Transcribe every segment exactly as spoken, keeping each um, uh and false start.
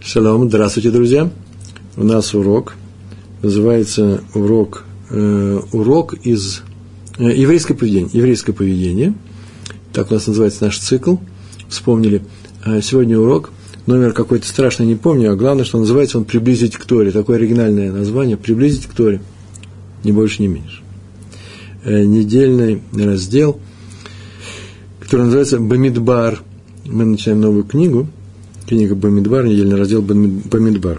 Шалом, здравствуйте, друзья. У нас урок, называется урок, э, урок из э, еврейское поведение. Еврейское поведение, так у нас называется наш цикл. Вспомнили. А сегодня урок, номер какой-то страшный, не помню, а главное, что называется он «Приблизить к Торе». Такое оригинальное название «Приблизить к Торе». Ни больше, ни меньше. Э, недельный раздел, который называется «Бамидбар». Мы начинаем новую книгу. Книга Бамидбар, недельный раздел Бамидбар.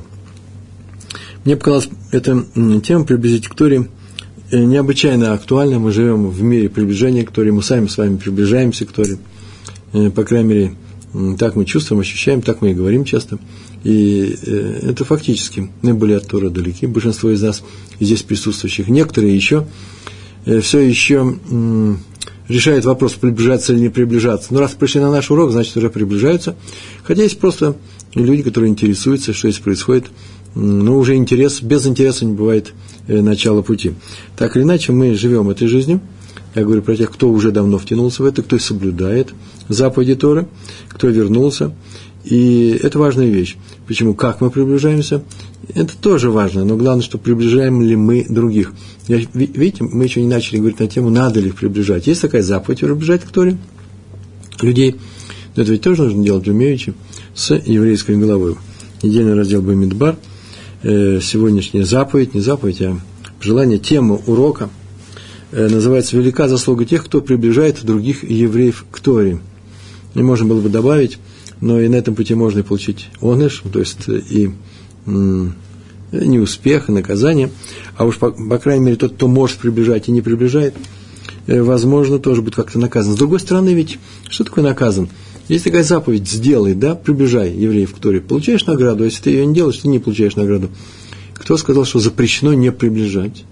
Мне показалось, эта тема «Приблизить к Торе» необычайно актуальна. Мы живем в мире приближения к Торе, мы сами с вами приближаемся к Торе. По крайней мере, так мы чувствуем, ощущаем, так мы и говорим часто. И это фактически. Мы были от Торы далеки, большинство из нас, здесь присутствующих. Некоторые еще, все еще решают вопрос, приближаться или не приближаться. Но раз пришли на наш урок, значит, уже приближаются. Хотя есть просто люди, которые интересуются, что здесь происходит. Но уже интерес, без интереса не бывает начала пути. Так или иначе, мы живем этой жизнью. Я говорю про тех, кто уже давно втянулся в это, кто соблюдает заповеди Торы, кто вернулся. И это важная вещь. Почему? Как мы приближаемся? Это тоже важно, но главное, что приближаем ли мы других. Я, видите, мы еще не начали говорить на тему, надо ли их приближать. Есть такая заповедь приближать к Торе людей, но это ведь тоже нужно делать умеючи, с еврейской головой. Недельный раздел Бамидбар, э, сегодняшняя заповедь, не заповедь, а желание, тема урока, э, называется «Велика заслуга тех, кто приближает других евреев к Торе». И можно было бы добавить, но и на этом пути можно и получить оныш, то есть и м, не успех, и наказание, а уж, по, по крайней мере, тот, кто может приближать и не приближает, э, возможно, тоже будет как-то наказан. С другой стороны, ведь, что такое наказан? Есть такая заповедь «сделай», да, приближай евреев к Торе, получаешь награду, а если ты ее не делаешь, ты не получаешь награду. Кто сказал, что запрещено не приближать?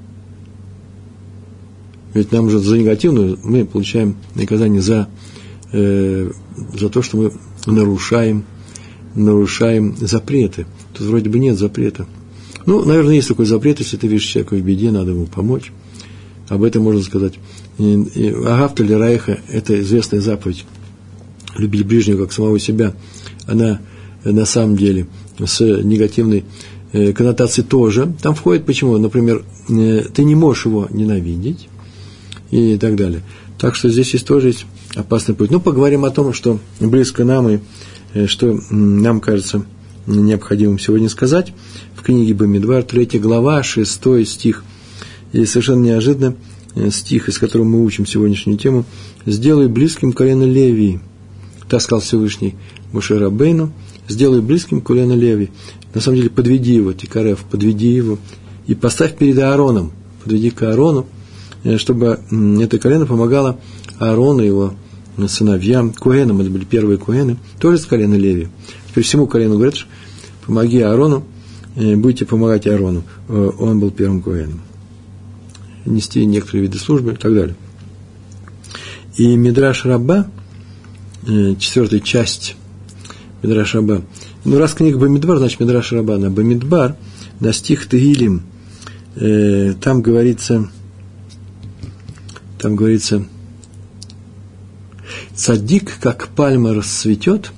Ведь нам же за негативную мы получаем наказание за, э, за то, что мы нарушаем, нарушаем запреты. Тут вроде бы нет запрета. Ну, наверное, есть такой запрет, если ты видишь человека в беде, надо ему помочь. Об этом можно сказать. Агавта ли Райха – это известная заповедь. Любить ближнего, как самого себя. Она на самом деле с негативной коннотацией тоже. Там входит почему? Например, ты не можешь его ненавидеть и так далее. Так что здесь есть тоже есть опасный путь. Ну, поговорим о том, что близко нам и что нам кажется необходимым сегодня сказать. В книге Бамидбар, третья глава, шестой стих. И совершенно неожиданно стих, из которого мы учим сегодняшнюю тему. «Сделай близким колено Левии». Так сказал Всевышний Моше Рабейну. «Сделай близким колено Левии». На самом деле, подведи его, Тикарев, подведи его. И поставь перед Аароном. Подведи к Аарону, чтобы это колено помогало Аарону, его сыновьям, коэнам, это были первые коэны, тоже с колена Левии. Теперь всему колену говорят, что помоги Аарону, будете помогать Аарону. Он был первым коэном. Нести некоторые виды службы и так далее. И Мидраш Раба, четвертая часть Мидраш Раба, ну, раз книга Бамидбар, значит Мидраш Раба на Бамидбар, на стих Тегилим, там говорится, там говорится, цадик, как пальма расцветет,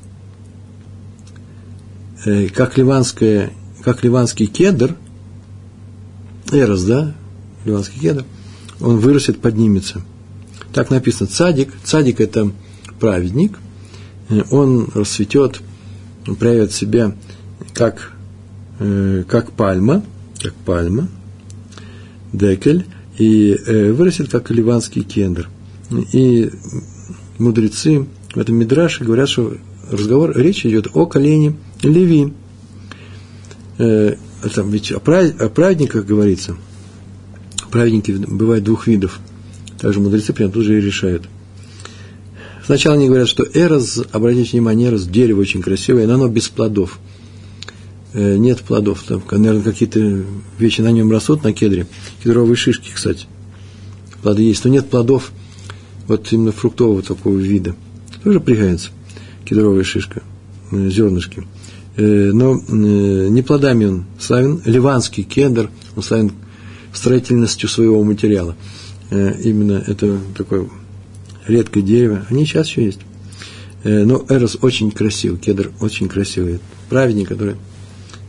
э, как, ливанская, как ливанский кедр, эрос, да, ливанский кедр, он вырастет, поднимется. Так написано, цадик, цадик – это праведник, он расцветет, он проявит себя как, э, как пальма, как пальма, декель, и э, вырастет, как ливанский кедр. И мудрецы в этом мидраше говорят, что разговор, речь идет о колене Леви. Э, там ведь о, прав, о праведниках говорится. Праведники бывают двух видов. Также мудрецы прямо тут же и решают. Сначала они говорят, что эрос, обратите внимание, эрос, дерево очень красивое, но оно без плодов. Э, нет плодов. Там, наверное, какие-то вещи на нем растут, на кедре. Кедровые шишки, кстати. Плоды есть, но нет плодов. Вот именно фруктового такого вида. Тоже пригодится кедровая шишка, зернышки. Но не плодами он славен. Ливанский кедр, он славен строительностью своего материала. Именно это такое редкое дерево. Они сейчас еще есть. Но эрос очень красивый, кедр очень красивый. Праведник, который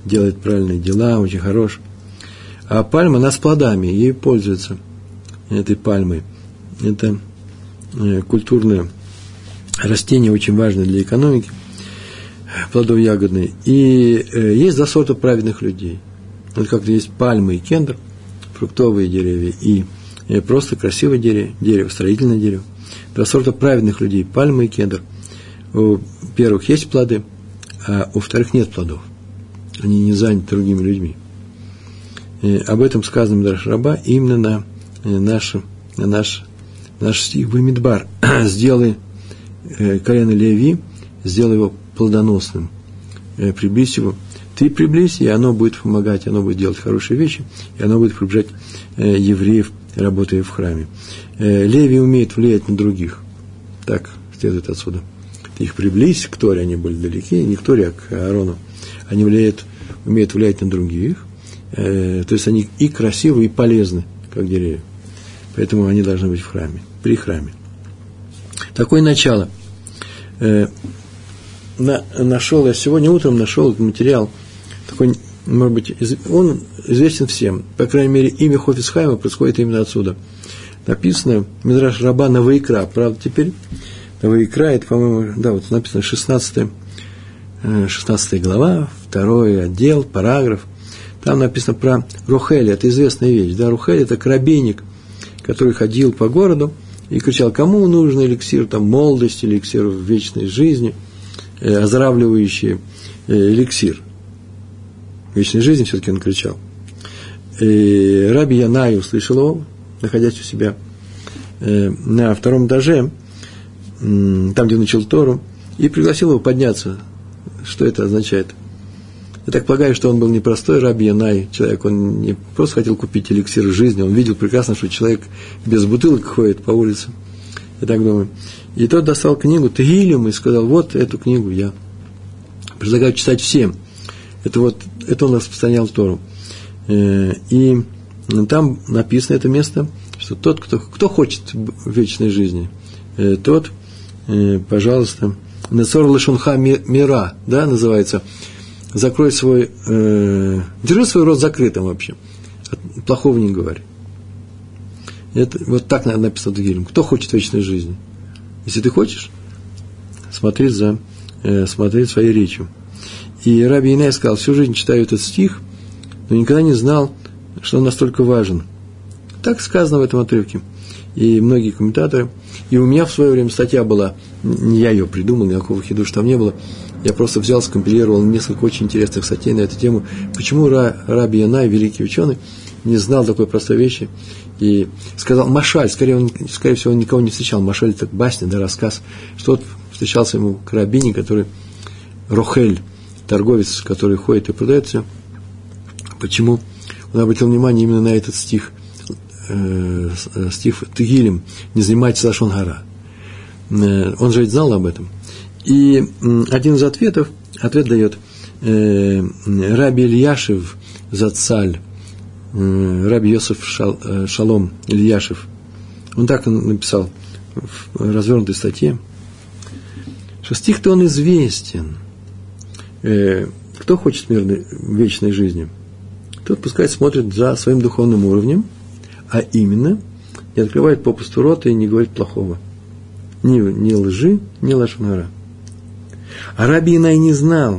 делает правильные дела, очень хорош. А пальма, она с плодами, ей пользуются, этой пальмой. Это культурное растение, очень важное для экономики, плодов ягодные. И есть два сорта праведных людей. Вот как-то есть пальмы и кендр, фруктовые деревья, и просто красивое дерево, дерево, строительное дерево. Два сорта праведных людей, пальмы и кендр. У первых есть плоды, а у вторых нет плодов. Они не заняты другими людьми. И об этом сказано в Мидраш Раба именно на наш, на наш, наш стих Бамидбар. Сделай колено Леви, сделай его плодоносным, приблизь его. Ты приблизь, и оно будет помогать, оно будет делать хорошие вещи, и оно будет приближать евреев, работая в храме. Леви умеет влиять на других. Так следует отсюда. Ты их приблизь к Торе, они были далеки, не к Торе, а к Аарону. Они влияют, умеют влиять на других. То есть они и красивы, и полезны, как деревья. Поэтому они должны быть в храме, при храме. Такое начало. На, нашел, я сегодня утром нашел этот материал, такой, может быть, из, он известен всем. По крайней мере, имя Хофец Хаима происходит именно отсюда. Написано Мидраш Раба на Ваикра. Правда, теперь на Ваикра, это, по-моему, да, вот написано шестнадцатая, шестнадцатая глава, второй отдел, параграф. Там написано про Рухеля, это известная вещь. Да, Рухель – это коробейник, который ходил по городу и кричал, кому нужен эликсир там, молодости, эликсир вечной жизни, э, оздоравливающий э, эликсир вечной жизни, все-таки он кричал. И Раби Янай услышал его, находясь у себя э, на втором этаже, э, там, где он учил Тору, и пригласил его подняться. Что это означает? Я так полагаю, что он был не простой Раби Янай, человек, он не просто хотел купить эликсир жизни, он видел прекрасно, что человек без бутылок ходит по улице, я так думаю. И тот достал книгу Тегилим и сказал, вот эту книгу я предлагаю читать всем. Это вот, это он распространял Тору. И там написано это место, что тот, кто, кто хочет вечной жизни, тот, пожалуйста, Нецор Лешунха Мира, да, называется, закрой свой, э, держи свой рот закрытым вообще, плохого не говори. Это, вот так написано в Тегилим. Кто хочет вечной жизни? Если ты хочешь, смотри за, э, смотри своей речью. И Раби Янай сказал, всю жизнь читаю этот стих, но никогда не знал, что он настолько важен. Так сказано в этом отрывке. И многие комментаторы, и у меня в свое время статья была, не я ее придумал, никакого хидуша там не было, я просто взял, скомпилировал несколько очень интересных статей на эту тему, почему Раби Янай, великий ученый, не знал такой простой вещи, и сказал, Машаль, скорее, он, скорее всего, он никого не встречал, Машаль – это басня, да, рассказ, что вот встречался ему карабине, который, Рухель, торговец, который ходит и продает все. Почему? Он обратил внимание именно на этот стих, э, стих Тегилим, не занимайтесь лашон гара. Э, он же ведь знал об этом. И э, один из ответов, ответ дает э, Раби Ильяшев Зацаль, э, Раби Йосеф Шал, э, Шалом Ильяшев. Он так написал в развернутой статье, что стих-то он известен. Э, кто хочет мирной, вечной жизни? Тот пускай смотрит за своим духовным уровнем, а именно не открывает попусту рот и не говорит плохого. Ни, ни лжи, ни лашон гара. А Раби Янай не знал,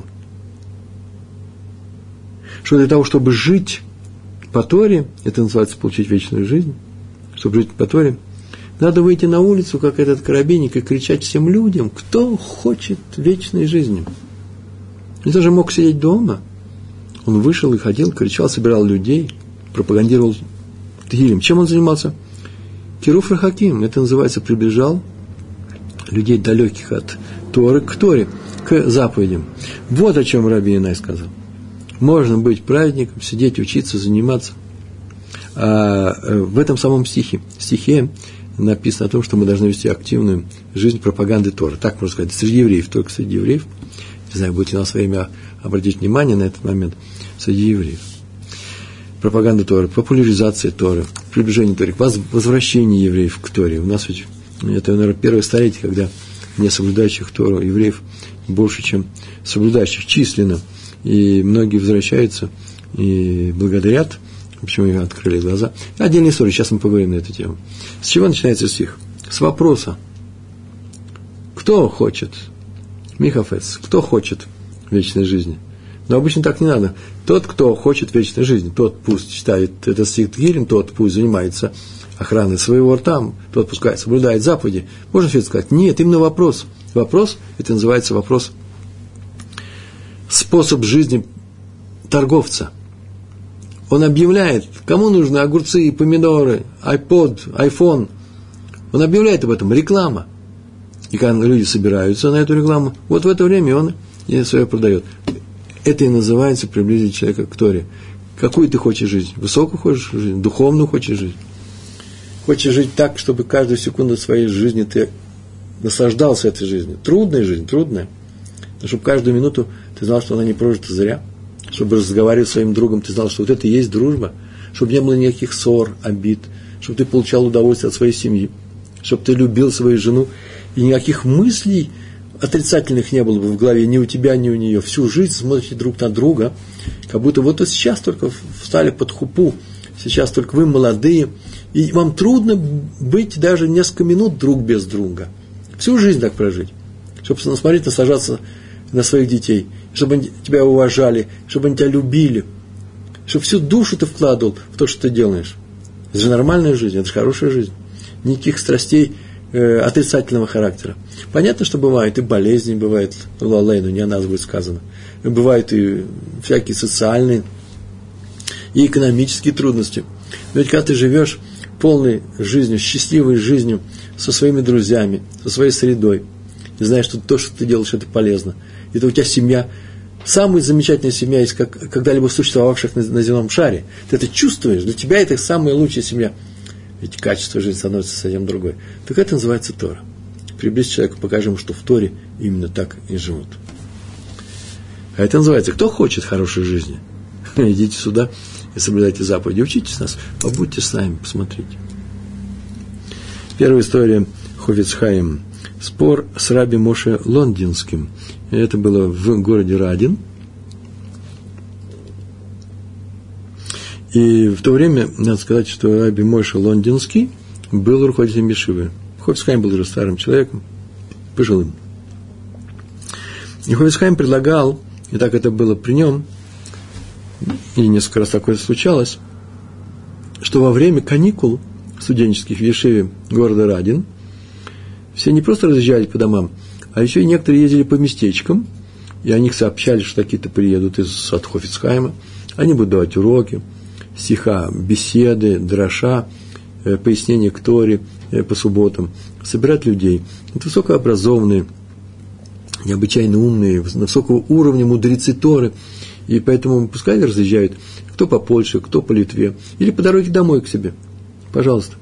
что для того, чтобы жить по Торе, это называется получить вечную жизнь, чтобы жить по Торе, надо выйти на улицу, как этот коробейник, и кричать всем людям, кто хочет вечной жизни. Он даже мог сидеть дома. Он вышел и ходил, кричал, собирал людей, пропагандировал Тегилим. Чем он занимался? Кируф рахаким. Это называется, приближал людей, далеких от Торы, к Торе, к заповедям. Вот о чем Раби Янай сказал. Можно быть праведником, сидеть, учиться, заниматься. А в этом самом стихе, стихе написано о том, что мы должны вести активную жизнь пропаганды Торы. Так можно сказать, среди евреев, только среди евреев. Не знаю, будете на свое время обратить внимание на этот момент, среди евреев. Пропаганда Торы, популяризация Торы, приближение Торы, возвращение евреев к Торе. У нас ведь это, наверное, первое столетие, когда не соблюдающих Тору евреев больше, чем соблюдающих численно. и многие возвращаются и благодарят, почему им открыли глаза. Отдельная история, сейчас мы поговорим на эту тему. С чего начинается стих? С вопроса. Кто хочет? Михафец, кто хочет вечной жизни? Но обычно так не надо. Тот, кто хочет вечной жизни, тот пусть читает этот стих Тегилим, тот пусть занимается охраной своего рта, тот пускай соблюдает заповеди. Можно все это сказать? Нет, именно вопрос. Вопрос, это называется вопрос, способ жизни торговца. Он объявляет, кому нужны огурцы, помидоры, айпод, айфон. Он объявляет об этом, реклама. И когда люди собираются на эту рекламу, вот в это время он и свое продает. Это и называется приблизить человека к Торе. Какую ты хочешь жизнь? Высокую хочешь жизнь? Духовную хочешь жизнь? Хочешь жить так, чтобы каждую секунду своей жизни ты наслаждался этой жизнью? Трудная жизнь, трудная. Но чтобы каждую минуту ты знал, что она не прожита зря. Чтобы разговаривать с своим другом, ты знал, что вот это и есть дружба. Чтобы не было никаких ссор, обид. Чтобы ты получал удовольствие от своей семьи. Чтобы ты любил свою жену. И никаких мыслей отрицательных не было бы в голове ни у тебя, ни у нее. Всю жизнь смотрите друг на друга, как будто вот и сейчас только встали под хупу, сейчас только вы молодые, и вам трудно быть даже несколько минут друг без друга. Всю жизнь так прожить, чтобы смотреть, наслаждаться на своих детей, чтобы они тебя уважали, чтобы они тебя любили, чтобы всю душу ты вкладывал в то, что ты делаешь. Это же нормальная жизнь, это же хорошая жизнь. Никаких страстей э, отрицательного характера. Понятно, что бывают и болезни, бывает лалейну, не о нас будет сказано. Бывают и всякие социальные и экономические трудности. Но ведь когда ты живешь полной жизнью, счастливой жизнью со своими друзьями, со своей средой, и знаешь, что то, что ты делаешь, это полезно. Это у тебя семья, самая замечательная семья из как, когда-либо существовавших на, на земном шаре. Ты это чувствуешь, для тебя это самая лучшая семья. Ведь качество жизни становится совсем другое. Так это называется Тора. Приблизь человека, покажи ему, что в Торе именно так и живут. А это называется, кто хочет хорошей жизни? Идите сюда и соблюдайте заповеди. Учитесь нас, побудьте с нами, посмотрите. Первая история Хофец Хаим. Спор с раби Моше Лондинским. Это было в городе Радин. И в то время, надо сказать, что раби Моше Лондинский был руководителем ешивы. Хофец Хаим был уже старым человеком, пожилым. И Хофец Хаим предлагал, и так это было при нем, и несколько раз такое случалось, что во время каникул студенческих в ешиве города Радин все не просто разъезжали по домам, а еще и некоторые ездили по местечкам, и о них сообщали, что такие-то приедут из от Хофец Хаима, они будут давать уроки, стиха, беседы, дроша, э, пояснения к Торе э, по субботам, собирать людей. Это высокообразованные, необычайно умные, на высокого уровня мудрецы Торы, и поэтому пускай разъезжают, кто по Польше, кто по Литве, или по дороге домой к себе. Пожалуйста.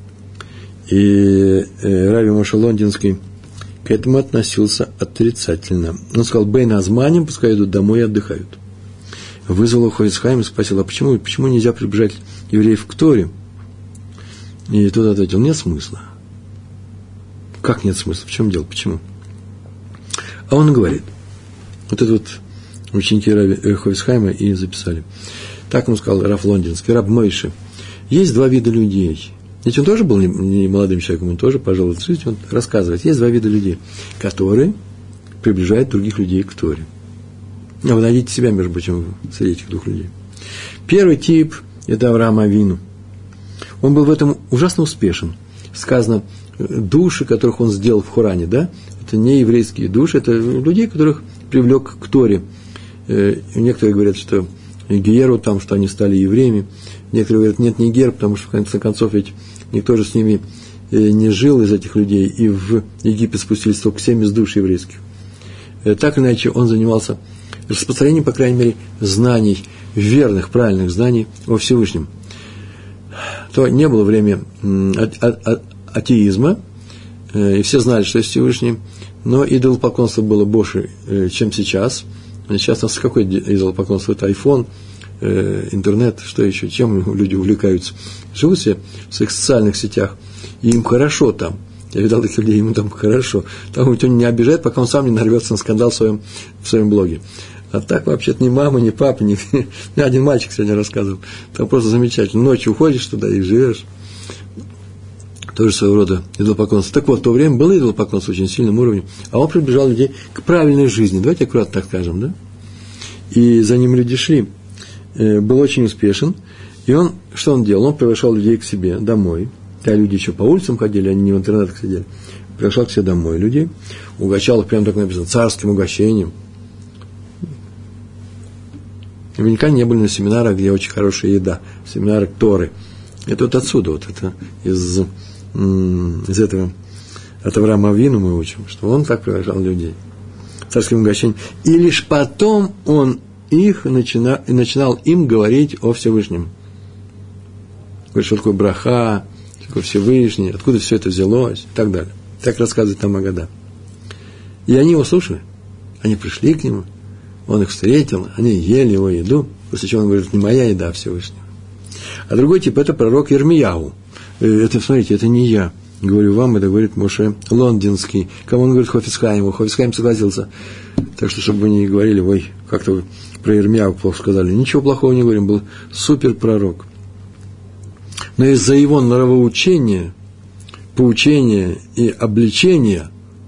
И э, раби Моше Лондинский к этому относился отрицательно. Он сказал, бейн азманим, пускай идут домой и отдыхают. Вызвал Хофец Хаим и спросил, а почему, почему нельзя приближать евреев к Торе? И тот ответил, нет смысла. Как нет смысла? В чем дело? Почему? А он говорит, вот это вот ученики раби Хофец Хаима и записали. Так ему сказал рав Лондинский, раб Мойше. Есть два вида людей. Ведь он тоже был не молодым человеком, он тоже пожил в жизнь, он рассказывает. Есть два вида людей, которые приближают других людей к Торе. А вы найдите себя, между прочим, среди этих двух людей. Первый тип – это Авраам Авину. Он был в этом ужасно успешен. Сказано, души, которых он сделал в Хоране, да, это не еврейские души, это людей, которых привлек к Торе. Некоторые говорят, что Геру там, что они стали евреями. Некоторые говорят, нет, не Гер, потому что, в конце концов, ведь никто же с ними не жил из этих людей, и в Египет спустились только семьдесят душ еврейских. Так или иначе, он занимался распространением, по крайней мере, знаний, верных, правильных знаний о Всевышнем. То не было время атеизма, и все знали, что есть Всевышний, но идолопоклонство было больше, чем сейчас. Сейчас у нас какое идолопоклонство? Это айфон, интернет, что еще, чем люди увлекаются. Живут все в своих социальных сетях, и им хорошо там. Я видал таких людей, ему там хорошо. Там никто не обижает, пока он сам не нарвется на скандал в своем, в своем блоге. А так вообще-то ни мама, ни папа, ни... Мне один мальчик сегодня рассказывал. Там просто замечательно. Ночью уходишь туда и живешь. Тоже своего рода идолопоклонство. Так вот, в то время было идолопоклонство очень сильным уровнем, а он приближал людей к правильной жизни. Давайте аккуратно так скажем, да? И за ним люди шли. Был очень успешен. И он, что он делал? Он приглашал людей к себе домой. Да, люди еще по улицам ходили, они не в интернетах сидели. Приглашал к себе домой людей. Угощал их, прямо так написано, царским угощением. И вы никогда не были на семинарах, где очень хорошая еда. Семинары Торы. Это вот отсюда, вот это, из, из этого, от Авраама Авину мы учим, что он так приглашал людей. Царским угощением. И лишь потом он их начинал, начинал им говорить о Всевышнем. Говорит, что такое браха, что такое Всевышний, откуда все это взялось, и так далее. Так рассказывает там Агада. И они его слушали. Они пришли к нему, он их встретил, они ели его еду, после чего он говорит, не моя еда, а Всевышнего. А другой тип – это пророк Ирмияу. Это, смотрите, это не я говорю вам, это говорит Моше Лондинский. Кому он говорит Хафец Хаиму? Хафец Хаим согласился. Так что, чтобы вы не говорили, ой, как-то вы про Ирмияу плохо сказали. Ничего плохого не говорим, был суперпророк. Но из-за его нравоучения, поучения и обличения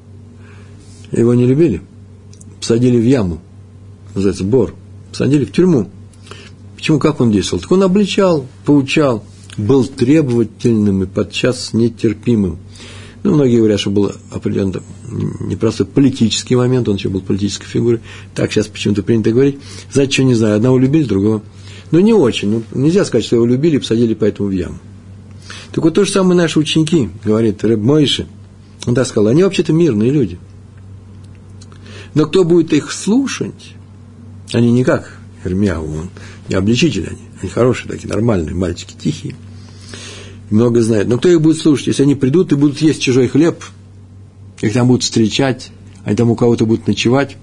его не любили. Посадили в яму, называется бор, посадили в тюрьму. Почему, как он действовал? Так он обличал, поучал, был требовательным и подчас нетерпимым. Ну, многие говорят, что был определенно непростой политический момент, он еще был политической фигурой. Так сейчас почему-то принято говорить. Знаете, что не знаю, одного любили, другого. Но не очень. Ну, нельзя сказать, что его любили и посадили поэтому в яму. Так вот, то же самое наши ученики, говорит Реб Мойши. Он так сказал, они вообще-то мирные люди. Но кто будет их слушать, они не как Ирмияу, он не обличители они, они хорошие такие, нормальные, мальчики, тихие, много знают. Но кто их будет слушать, если они придут и будут есть чужой хлеб, их там будут встречать, они там у кого-то будут ночевать,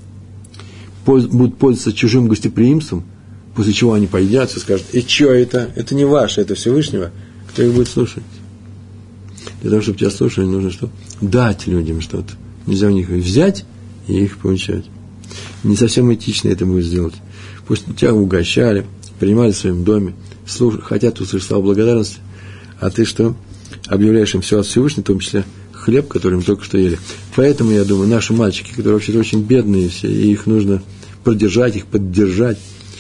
будут пользоваться чужим гостеприимством, после чего они поедят и скажут, и что это? Это не ваше, это Всевышнего. Кто их будет слушать? Для того, чтобы тебя слушали, нужно что? Дать людям что-то. Нельзя у них взять и их поучать. Не совсем этично это будет сделать. Пусть тебя угощали, принимали в своем доме, слуш... хотят услышать слова благодарности, а ты что? Объявляешь им все от Всевышнего, в том числе хлеб, который мы только что ели. Поэтому, я думаю, наши мальчики, которые вообще-то очень бедные все, и их нужно продержать, их поддержать,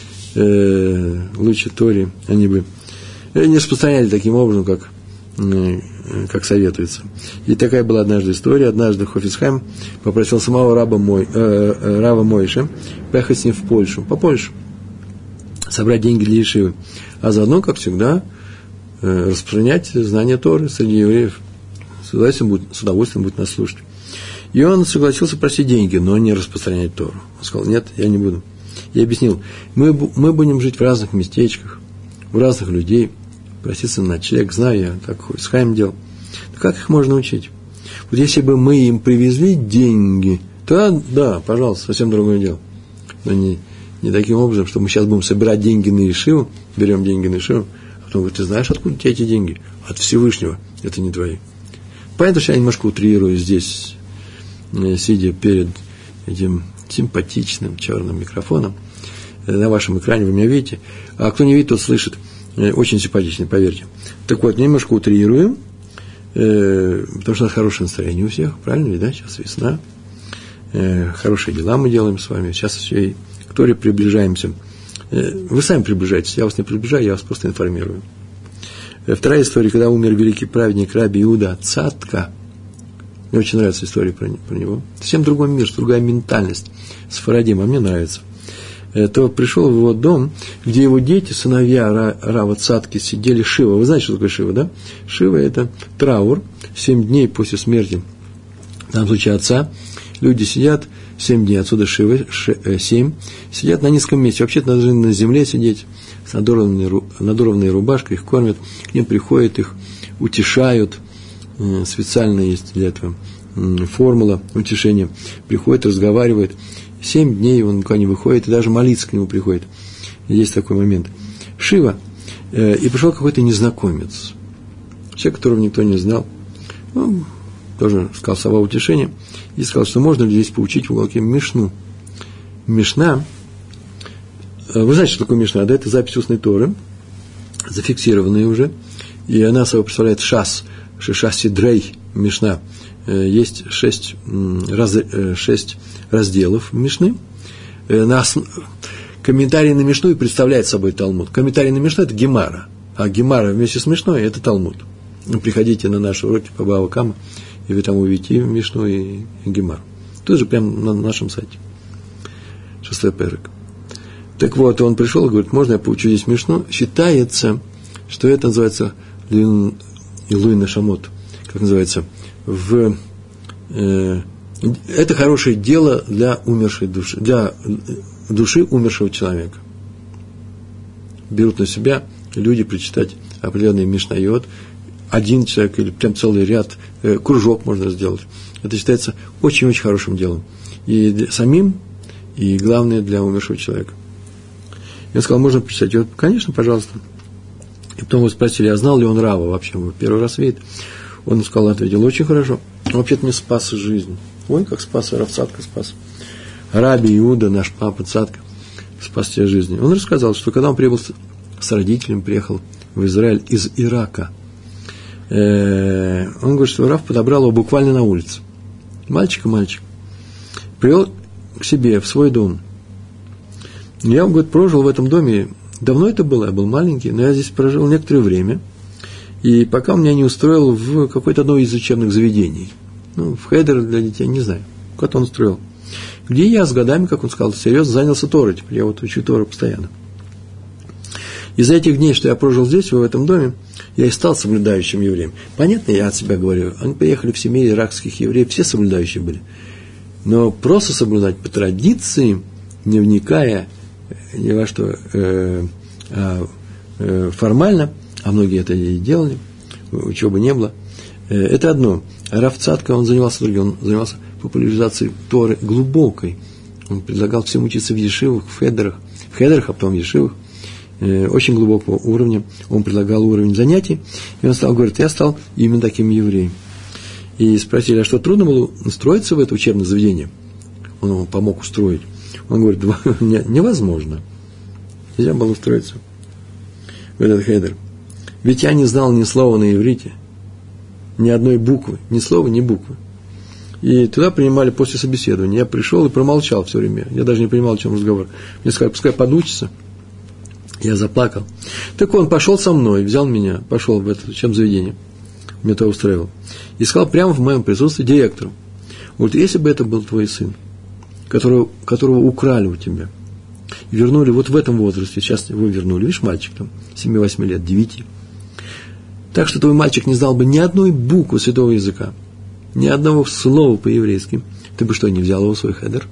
э, лучше Тори, они бы не распространяли таким образом, как, э, как советуется. И такая была однажды история. Однажды Хафец Хаим попросил самого раба, Мой, э, раба Мойше поехать с ним в Польшу, по Польше, собрать деньги для ешивы, а заодно, как всегда, э, распространять знания Торы среди евреев. С удовольствием будет, с удовольствием будет нас слушать. И он согласился просить деньги, но не распространять Тору. Он сказал, нет, я не буду. Я объяснил, мы, мы будем жить в разных местечках, у разных людей, проситься на ночлег, знаю я, так Хафец Хаим делал. Но как их можно учить? Вот если бы мы им привезли деньги, то да, пожалуйста, совсем другое дело. Но не, не таким образом, что мы сейчас будем собирать деньги на ешиву, берем деньги на ешиву, а потом говорит, ты знаешь, откуда у тебя эти деньги? От Всевышнего, это не твои. Поэтому я немножко утрирую здесь, сидя перед этим симпатичным черным микрофоном. На вашем экране вы меня видите, а кто не видит, тот слышит. Очень симпатичный, поверьте. Так вот, немножко утрируем, потому что у нас хорошее настроение у всех, правильно ведь, да? Сейчас весна, хорошие дела мы делаем с вами, сейчас все и к Торе приближаемся. Вы сами приближаетесь, я вас не приближаю, я вас просто информирую. Вторая история, когда умер великий праведник раби Иуда Цатка. Мне очень нравится история про, про него. Совсем другой мир, другая ментальность. Сфарадим, а мне нравится. То пришел в его дом, где его дети, сыновья Рава Цатки, сидели Шива. Вы знаете, что такое Шива, да? Шива – это траур, семь дней после смерти, в данном случае отца. Люди сидят семь дней, отсюда Шива, семь, сидят на низком месте. Вообще-то должны на земле сидеть, с надорванной, надорванной рубашкой, их кормят, к ним приходят, их утешают. Специально есть для этого формула утешения. Приходит, разговаривает. Семь дней он никуда не выходит, и даже молиться к нему приходит. Есть такой момент. Шива. И пришел какой-то незнакомец. Человек, которого никто не знал. Он тоже сказал слова утешения. И сказал, что можно ли здесь поучить в уголке Мишну. Мишна Вы знаете, что такое Мишна, да? Это запись устной Торы, зафиксированная уже, и она собой представляет шас, шас сидрей Мишна. Есть шесть, раз, шесть разделов Мишны. На основ... Комментарий на Мишну и представляет собой Талмуд. Комментарий на Мишну – это Гемара, а Гемара вместе с Мишной – это Талмуд. Приходите на наши уроки по Бава Кама, и вы там увидите и Мишну, и, и Гемару. Тут же прямо на нашем сайте. Шестой перек. Так вот, он пришел и говорит, можно я поучу здесь Мишну? Считается, что это называется Илуй Нашамот, как называется, в, э, это хорошее дело для умершей души, для души умершего человека. Берут на себя люди прочитать определенный Мишнайот, один человек или прям целый ряд, э, кружок можно сделать. Это считается очень-очень хорошим делом. И для, самим, и главное, для умершего человека. Я сказал, можно прочитать? Я говорю, конечно, пожалуйста. И потом его спросили, а знал ли он Рава вообще? Он первый раз видит. Он сказал, ответил, очень хорошо. Он вообще-то мне спас жизнь. Ой, как спас, Рав Цатка спас. Раби Иуда, наш папа Цатка, спас тебе жизнь. Он рассказал, что когда он прибыл с родителями, приехал в Израиль из Ирака, э, он говорит, что Рав подобрал его буквально на улице. Мальчика, мальчик. Привел к себе, в свой дом. Я, он говорит, прожил в этом доме. Давно это было, я был маленький, но я здесь прожил некоторое время. И пока он меня не устроил в какое-то одно из учебных заведений. Ну, в хедер для детей, не знаю. Как-то он устроил. Где я с годами, как он сказал, серьезно занялся Торой. Теперь я вот учу Тору постоянно. И за этих дней, что я прожил здесь, в этом доме, я и стал соблюдающим евреем. Понятно, я от себя говорю. Они приехали в семье иракских евреев, все соблюдающие были. Но просто соблюдать по традиции, не вникая ни во что э, а, э, формально, а многие это и делали, учебы не было, э, это одно. А Рав Цатка, он занимался другим, он занимался популяризацией Торы глубокой. Он предлагал всем учиться в ешивах, в хедерах, в хедерах, а потом в ешивах, э, очень глубокого уровня. Он предлагал уровень занятий, и он стал, говорит, я стал именно таким евреем. И спросили, а что, трудно было устроиться в это учебное заведение? Он ему помог устроить. Он говорит, невозможно. Нельзя было устроиться в этот хедер. Ведь я не знал ни слова на иврите, ни одной буквы, ни слова, ни буквы. И туда принимали после собеседования. Я пришел и промолчал все время. Я даже не понимал, о чем разговор. Мне сказали, пускай подучится. Я заплакал. Так он пошел со мной, взял меня, пошел в это учебное заведение. Меня то устраивало. И сказал прямо в моем присутствии директору. Говорит, если бы это был твой сын, которого, которого украли у тебя, и вернули вот в этом возрасте, сейчас его вернули, видишь, мальчик там, семи-восьми лет, девяти, так что твой мальчик не знал бы ни одной буквы святого языка, ни одного слова по-еврейски, ты бы что, не взял его в свой хедер?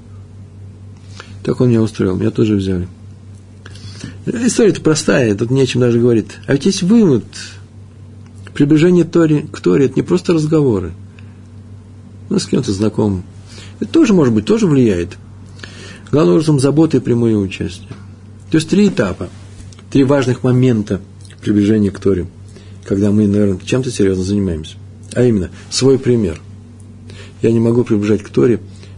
Так он меня устроил, меня тоже взяли. История-то простая, тут не о чем даже говорить. А ведь есть вывод. Приближение Торе, к Торе – это не просто разговоры. Ну, с кем-то знакомым. Это тоже, может быть, тоже влияет. Главным образом, забота и прямое участие. То есть, три этапа, три важных момента приближения к Торе, когда мы, наверное, чем-то серьезно занимаемся. А именно, свой пример. Я не могу приближать к Торе,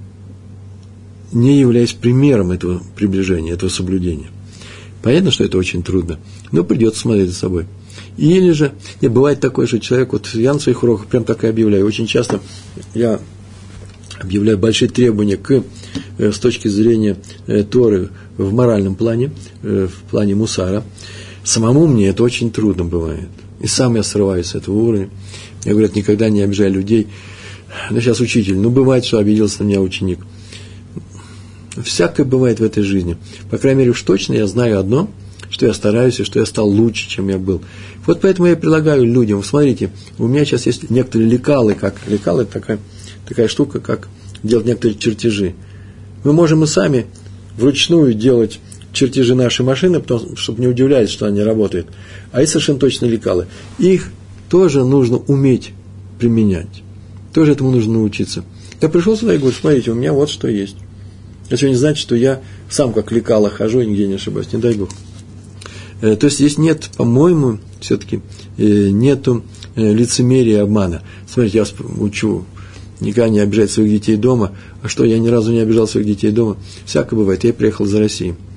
не являясь примером этого приближения, этого соблюдения. Понятно, что это очень трудно, но придется смотреть за собой. Или же, не, бывает такое, что человек, вот я на своих уроках прям так и объявляю, очень часто я объявляю большие требования к, с точки зрения Торы в моральном плане, в плане мусара. Самому мне это очень трудно бывает. И сам я срываюсь с этого уровня. Мне говорят, никогда не обижай людей. Ну, сейчас учитель, ну, бывает, что обиделся на меня ученик. Всякое бывает в этой жизни. По крайней мере, уж точно я знаю одно, что я стараюсь и что я стал лучше, чем я был. Вот поэтому я предлагаю людям, смотрите, у меня сейчас есть некоторые лекалы, как лекалы, это такая, такая штука, как делать некоторые чертежи. Мы можем и сами вручную делать чертежи нашей машины, потому, чтобы не удивлялись, что они работают. А есть совершенно точно лекалы. Их тоже нужно уметь применять. Тоже этому нужно научиться. Я пришел сюда и говорю, смотрите, у меня вот что есть. Это не значит, что я сам как лекало хожу и нигде не ошибаюсь, не дай Бог. То есть здесь нет, по-моему, все-таки нету лицемерия и обмана. Смотрите, я вас учу, никогда не обижать своих детей дома. А что, я ни разу не обижал своих детей дома? Всякое бывает. Я приехал из России.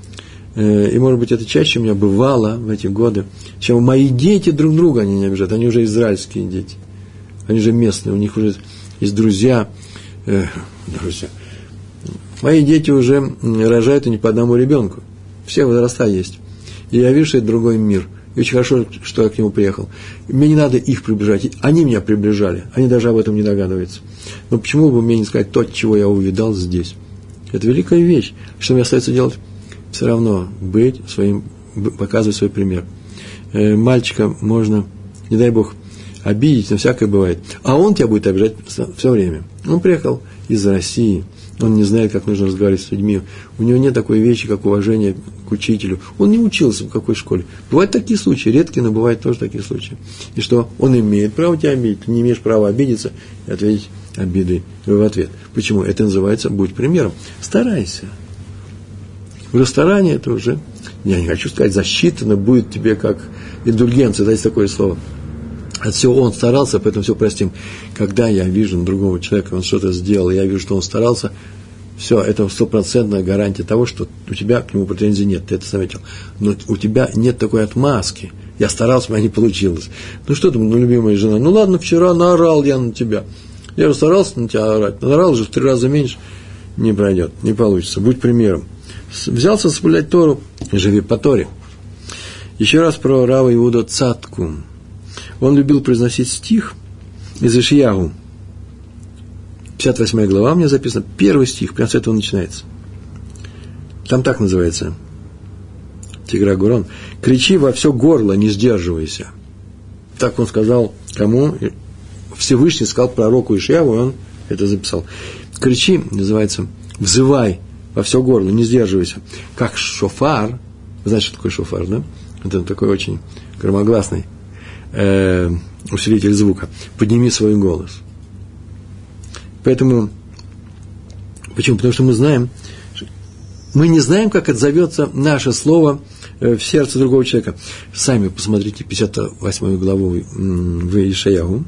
и, может быть, это чаще у меня бывало в эти годы, чем мои дети друг друга они не обижают, они уже израильские дети, они уже местные, у них уже есть друзья, э, друзья. Мои дети уже рожают и не по одному ребенку, все возраста есть, и я вижу, что это другой мир, и очень хорошо, что я к нему приехал. Мне не надо их приближать, они меня приближали, они даже об этом не догадываются. Но почему бы мне не сказать то, чего я увидал здесь? Это великая вещь. Что мне остается делать? Все равно быть своим, показывать свой пример. Э, мальчика можно, не дай Бог, обидеть, но всякое бывает. А он тебя будет обижать все время. Он приехал из России, он не знает, как нужно разговаривать с людьми. У него нет такой вещи, как уважение к учителю. Он не учился в какой школе. Бывают такие случаи, редкие, но бывают тоже такие случаи. И что он имеет право тебя обидеть, ты не имеешь права обидеться и ответить обидой в ответ. Почему? Это называется «будь примером». Старайся. Уже старание это уже, я не хочу сказать, засчитано будет тебе как индульгенция, дайте такое слово. От всего он старался, поэтому все простим. Когда я вижу другого человека, он что-то сделал, и я вижу, что он старался, все, это стопроцентная гарантия того, что у тебя к нему претензий нет, ты это заметил. Но у тебя нет такой отмазки. Я старался, у меня не получилось. Ну что ты, ну, любимая жена, ну ладно, вчера наорал я на тебя. Я же старался на тебя орать, наорал же в три раза меньше. Не пройдет, не получится. Будь примером. Взялся соблюдать Тору, живи по Торе. Еще раз про Рава Иуда Цатку. Он любил произносить стих из Ишиягу. пятьдесят восьмая глава, у меня записано, первый стих, прямо с этого начинается. Там так называется. Тигра Гурон. «Кричи во все горло, не сдерживайся». Так он сказал кому? Всевышний сказал пророку Ишиягу, и он это записал. «Кричи», называется, «взывай во все горло, не сдерживайся». Как шофар, знаете, что такое шофар, да? Это такой очень громогласный э, усилитель звука. Подними свой голос. Поэтому, почему? Потому что мы знаем, мы не знаем, как отзовется наше слово в сердце другого человека. Сами посмотрите пятьдесят восьмую главу в Ишиягу,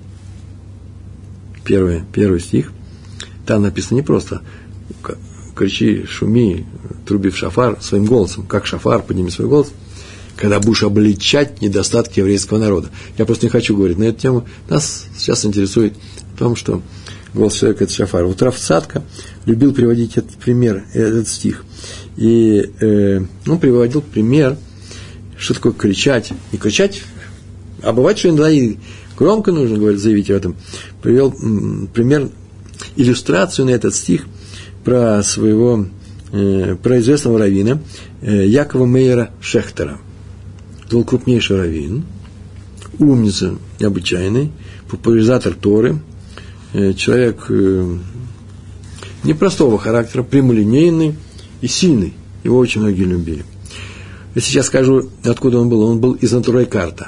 первый, первый стих. Там написано не просто кричи, шуми, труби в шафар своим голосом, как шафар, подними свой голос, когда будешь обличать недостатки еврейского народа. Я просто не хочу говорить на эту тему. Нас сейчас интересует в том, что голос человека – это шафар. Вот Рав Цатка любил приводить этот пример, этот стих. И э, он приводил пример, что такое кричать. Не кричать, а бывает, что иногда и громко нужно говорить, заявить об этом. Привел м, пример, иллюстрацию на этот стих про своего, э, про известного раввина э, Якова Мейера Шехтера. Это был крупнейший раввин, умница необычайный, популяризатор Торы, э, человек э, непростого характера, прямолинейный и сильный. Его очень многие любили. Я сейчас скажу, откуда он был. Он был из Натурайкарта.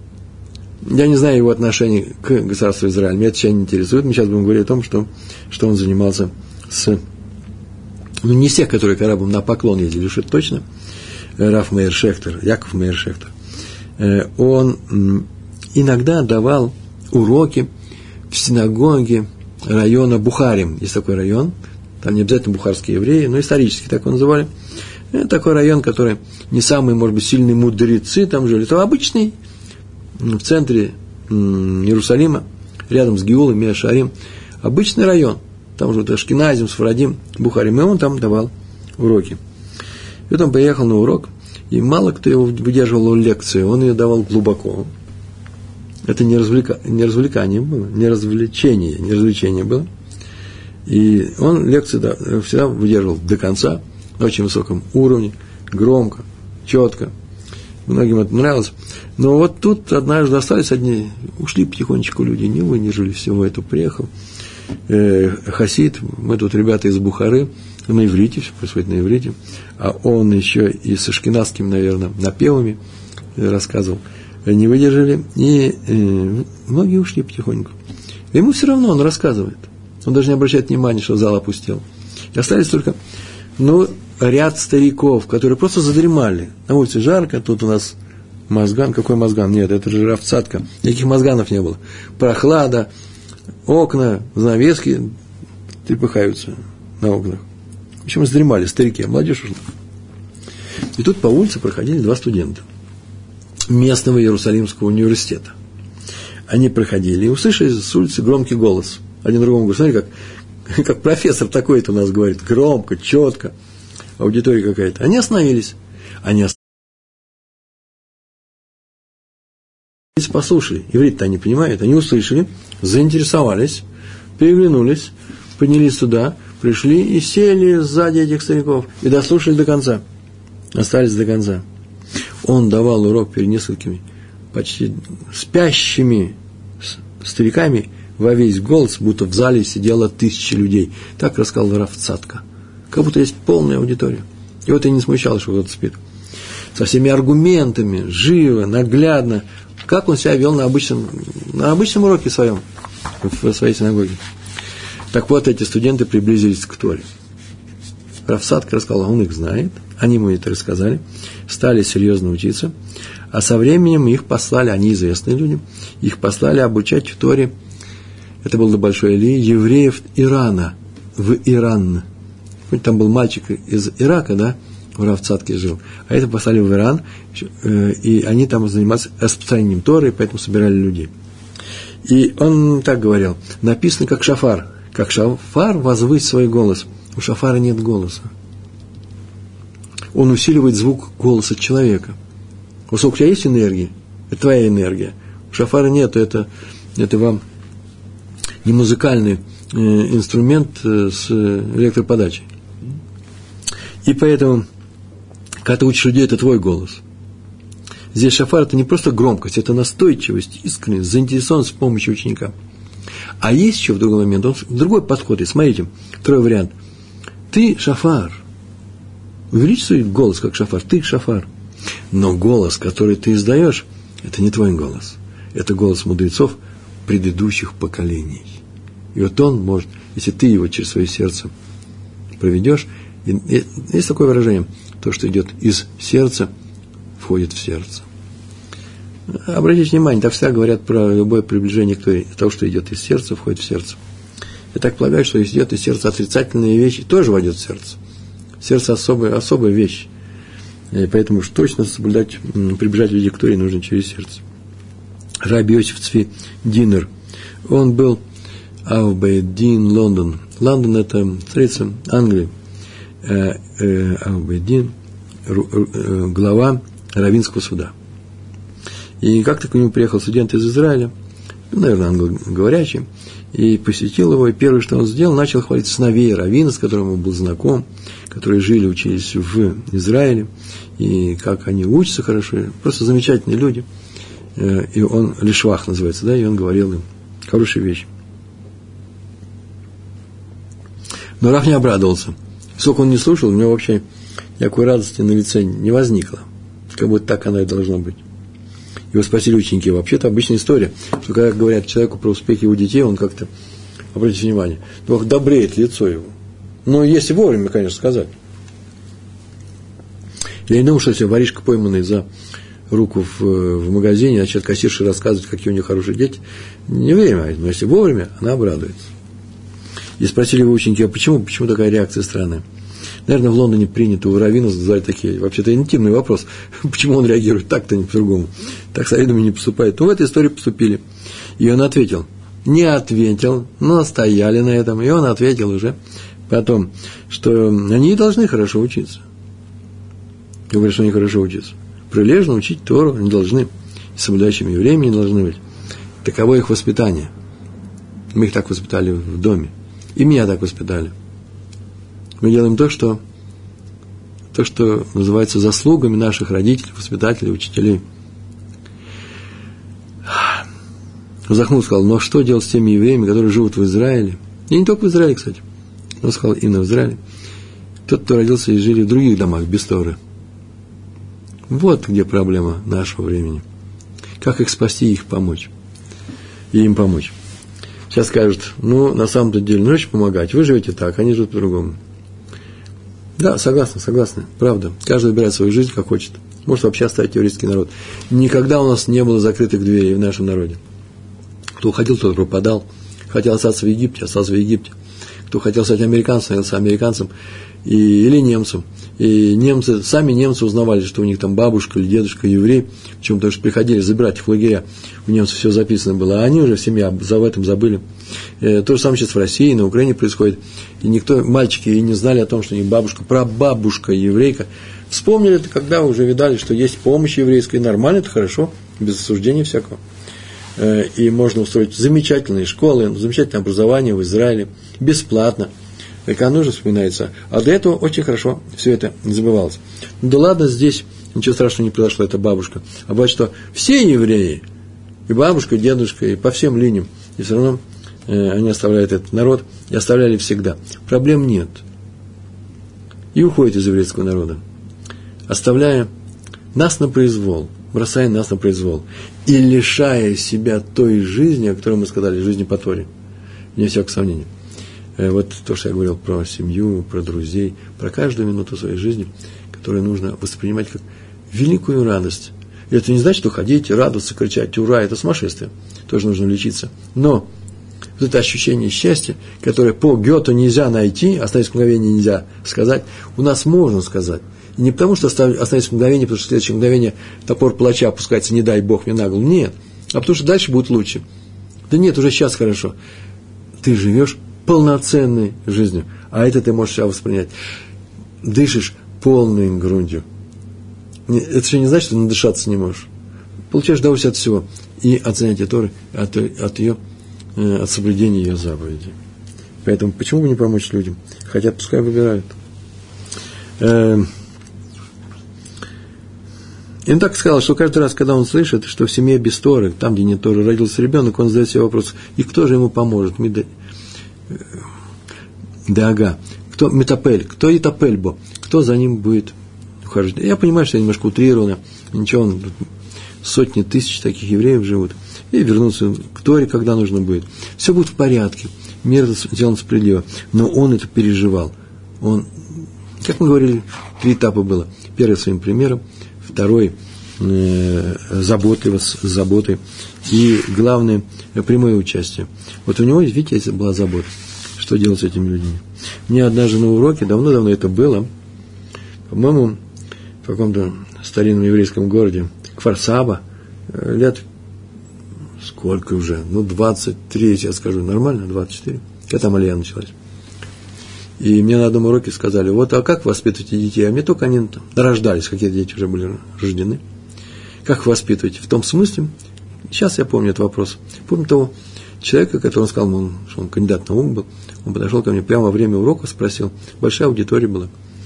Я не знаю его отношения к государству Израиль. Меня это сейчас не интересует. Мы сейчас будем говорить о том, что, что он занимался с... Ну, не всех, которые к арабам на поклон ездили, уж это точно. Рав Мейер Шехтер, Яков Мейер Шехтер. Он иногда давал уроки в синагоге района Бухарим. Есть такой район. Там не обязательно бухарские евреи, но исторически так его называли. Это такой район, который не самые, может быть, сильные мудрецы там жили. Это обычный, в центре Иерусалима, рядом с Геулой, Меа-Шаарим. Обычный район. Там живут Ашкеназим, Сфарадим, Бухарим. И он там давал уроки. И вот он поехал на урок, и мало кто его выдерживал лекцию. Он ее давал глубоко. Это не, развлека... не развлекание было, не развлечение, не развлечение было. И он лекции да, всегда выдерживал до конца, на очень высоком уровне, громко, четко. Многим это нравилось. Но вот тут однажды остались одни, ушли потихонечку люди, не выдержали всего этого. Приехал э, хасид, мы тут ребята из Бухары, на иврите, все происходит на иврите, а он еще и с ашкеназскими, наверное, напевами рассказывал, не выдержали, и э, многие ушли потихоньку. И ему все равно он рассказывает. Он даже не обращает внимания, что зал опустел. И остались только, ну, ряд стариков, которые просто задремали. На улице жарко, тут у нас мозган. Какой мозган? Нет, это же Рав Цатка. Никаких мозганов не было. Прохлада, окна, занавески трепыхаются на окнах. В общем, задремали старики, а молодежь ушла. И тут по улице проходили два студента местного Иерусалимского университета. Они проходили и услышали с улицы громкий голос. Один другому говорит: смотри, как, как профессор такой-то у нас говорит, громко, четко, аудитория какая-то. Они остановились. Они остановились, послушали. Иврит-то они понимают, они услышали, заинтересовались, переглянулись, поднялись туда, пришли и сели сзади этих стариков и дослушали до конца. Остались до конца. Он давал урок перед несколькими почти спящими стариками во весь голос, будто в зале сидело тысячи людей. Так рассказал Рав Цатка. Как будто есть полная аудитория. И вот и не смущало, что кто-то спит. Со всеми аргументами, живо, наглядно. Как он себя вел на обычном, на обычном уроке своем, в своей синагоге. Так вот, эти студенты приблизились к Торе. Рав Цатка рассказал, он их знает, они ему это рассказали, стали серьезно учиться, а со временем их послали, они известные люди, их послали обучать в Торе, это был до большой Ильи, евреев Ирана, в Иран. Там был мальчик из Ирака, да, в Рав Цатке жил, а это послали в Иран, и они там занимались распространением Торы, поэтому собирали людей. И он так говорил, написано как шафар, как шафар возвысит свой голос. У шафара нет голоса. Он усиливает звук голоса человека. У тебя есть энергия? Это твоя энергия. У шафара нет, это, это вам не музыкальный э, инструмент э, с электроподачей. И поэтому, когда ты учишь людей, это твой голос. Здесь шафар – это не просто громкость, это настойчивость, искренность, заинтересованность в помощи ученика. А есть еще в другой момент, он, другой подход. И смотрите, второй вариант. Ты шафар. Увеличь свой голос, как шафар. Ты шафар. Но голос, который ты издаешь, это не твой голос. Это голос мудрецов предыдущих поколений. И вот он может, если ты его через свое сердце проведешь, и, и, есть такое выражение, то, что идет из сердца, входит в сердце. Обратите внимание, так всегда говорят про любое приближение к Торе. То, что идет из сердца, входит в сердце. Я так полагаю, что если идет из сердца отрицательные вещи, тоже войдет в сердце. Сердце особая, особая вещь. И поэтому уж точно соблюдать, приближать людей к Торе нужно через сердце. Раби Йосеф Цви Динер, он был Авбейдин Лондон. Лондон – это столица Англии. Авбейдин, глава раввинского суда. И как-то к нему приехал студент из Израиля, наверное, англоговорящий, и посетил его, и первое, что он сделал, начал хвалить сыновей раввина, с которым он был знаком, которые жили, учились в Израиле, и как они учатся хорошо, просто замечательные люди. И он, Лишвах называется, да, и он говорил им хорошие вещи. Но Рав не обрадовался. Сколько он не слушал, у него вообще никакой радости на лице не возникло. Как будто так оно и должно быть. Его спросили ученики, вообще-то обычная история, что когда говорят человеку про успехи его детей, он как-то, обратите внимание, ну, добреет лицо его. Ну, если вовремя, конечно, сказать. Я не думаю, что если воришка, пойманный за руку в, в магазине, начнет кассирше рассказывать, какие у нее хорошие дети, не время, но если вовремя, она обрадуется. И спросили его ученики, а почему, почему такая реакция странная? Наверное, в Лондоне принято у раввина задавать такие, вообще-то интимный вопрос, почему он реагирует так-то, не по-другому. Так с раввинами не поступает. Но в этой истории поступили. И он ответил. Не ответил, но настояли на этом. И он ответил уже потом, что они должны хорошо учиться. Говорят, что они хорошо учатся. Прилежно учить Тору они должны. Соблюдающими евреями не должны быть. Таково их воспитание. Мы их так воспитали в доме. И меня так воспитали. Мы делаем то, что, то, что называется заслугами наших родителей, воспитателей, учителей. Вздохнул, сказал, ну что делать с теми евреями, которые живут в Израиле? И не только в Израиле, кстати. Он сказал, именно в Израиле. Тот, кто родился и жили в других домах, без Торы. Вот где проблема нашего времени. Как их спасти и их помочь. И им помочь. Сейчас скажут, ну, на самом-то деле, ну, очень помогать. Вы живете так, они живут по-другому. Да, согласна, согласна, правда. Каждый выбирает свою жизнь, как хочет. Может вообще оставить еврейский народ. Никогда у нас не было закрытых дверей в нашем народе. Кто уходил, тот пропадал. Хотел остаться в Египте, остался в Египте. кто хотел стать американцем, становился американцем и, или немцем. И немцы, сами немцы узнавали, что у них там бабушка или дедушка еврей, почему? Потому что приходили забирать их в лагеря, у немцев все записано было, а они уже, семья, об этом забыли. То же самое сейчас в России, на Украине происходит, и никто, мальчики, и не знали о том, что у них бабушка, прабабушка еврейка. Вспомнили это, когда уже видали, что есть помощь еврейская, и нормально, это хорошо, без осуждения всякого. И можно устроить замечательные школы, замечательное образование в Израиле, бесплатно. Так оно же вспоминается. А до этого очень хорошо все это не забывалось. Ну да ладно, здесь ничего страшного не произошло, это бабушка. А бывает, что все евреи, и бабушка, и дедушка, и по всем линиям, и все равно э, они оставляют этот народ, и оставляли всегда. Проблем нет. И уходят из еврейского народа, оставляя нас на произвол, бросая нас на произвол, и лишая себя той жизни, о которой мы сказали, жизни по Торе. Вне всякого сомнения. Вот то, что я говорил про семью, про друзей, про каждую минуту своей жизни, которую нужно воспринимать как великую радость. И это не значит, что ходить, радоваться, кричать «Ура!» – это сумасшествие. Тоже нужно лечиться. Но вот это ощущение счастья, которое по Гёте нельзя найти, остановить мгновение нельзя сказать, у нас можно сказать. И не потому, что остановить мгновение, потому что в следующее мгновение топор палача опускается, не дай Бог мне на голову. Нет. А потому что дальше будет лучше. Да нет, уже сейчас хорошо. Ты живешь полноценной жизнью, а это ты можешь себя воспринять. Дышишь полной грудью. Это же не значит, что надышаться не можешь. Получаешь удовольствие от всего. И от занятия Торы, от, от ее, от соблюдения ее заповедей. Поэтому почему бы не помочь людям? Хотят, пускай выбирают. И он так сказал, что каждый раз, когда он слышит, что в семье без Торы, там, где нет Торы, родился ребенок, он задает себе вопрос, и кто же ему поможет? Даага, кто метапель, кто итапельбо, кто за ним будет ухаживать. Я понимаю, что я немножко утрировано, ничего, сотни тысяч таких евреев живут, и вернутся к Торе, когда нужно будет. Все будет в порядке, мир сделан справедливо, но он это переживал. Он, как мы говорили, три этапа было. Первый своим примером, второй э, заботливо, с заботой, и главное, прямое участие. Вот у него, видите, это была забота. Что делать с этими людьми? Мне однажды на уроке, давно-давно это было, по-моему, в каком-то старинном еврейском городе, Кфар-Саба, лет сколько уже, ну, двадцать три, я скажу, нормально, двадцать четыре, когда там алия началась. И мне на одном уроке сказали, вот, а как воспитываете детей? А мне только они там рождались, какие-то дети уже были рождены. Как воспитываете? В том смысле, сейчас я помню этот вопрос, помню того человека, который он сказал, что он кандидат наук был, он подошел ко мне прямо во время урока, спросил, большая аудитория была,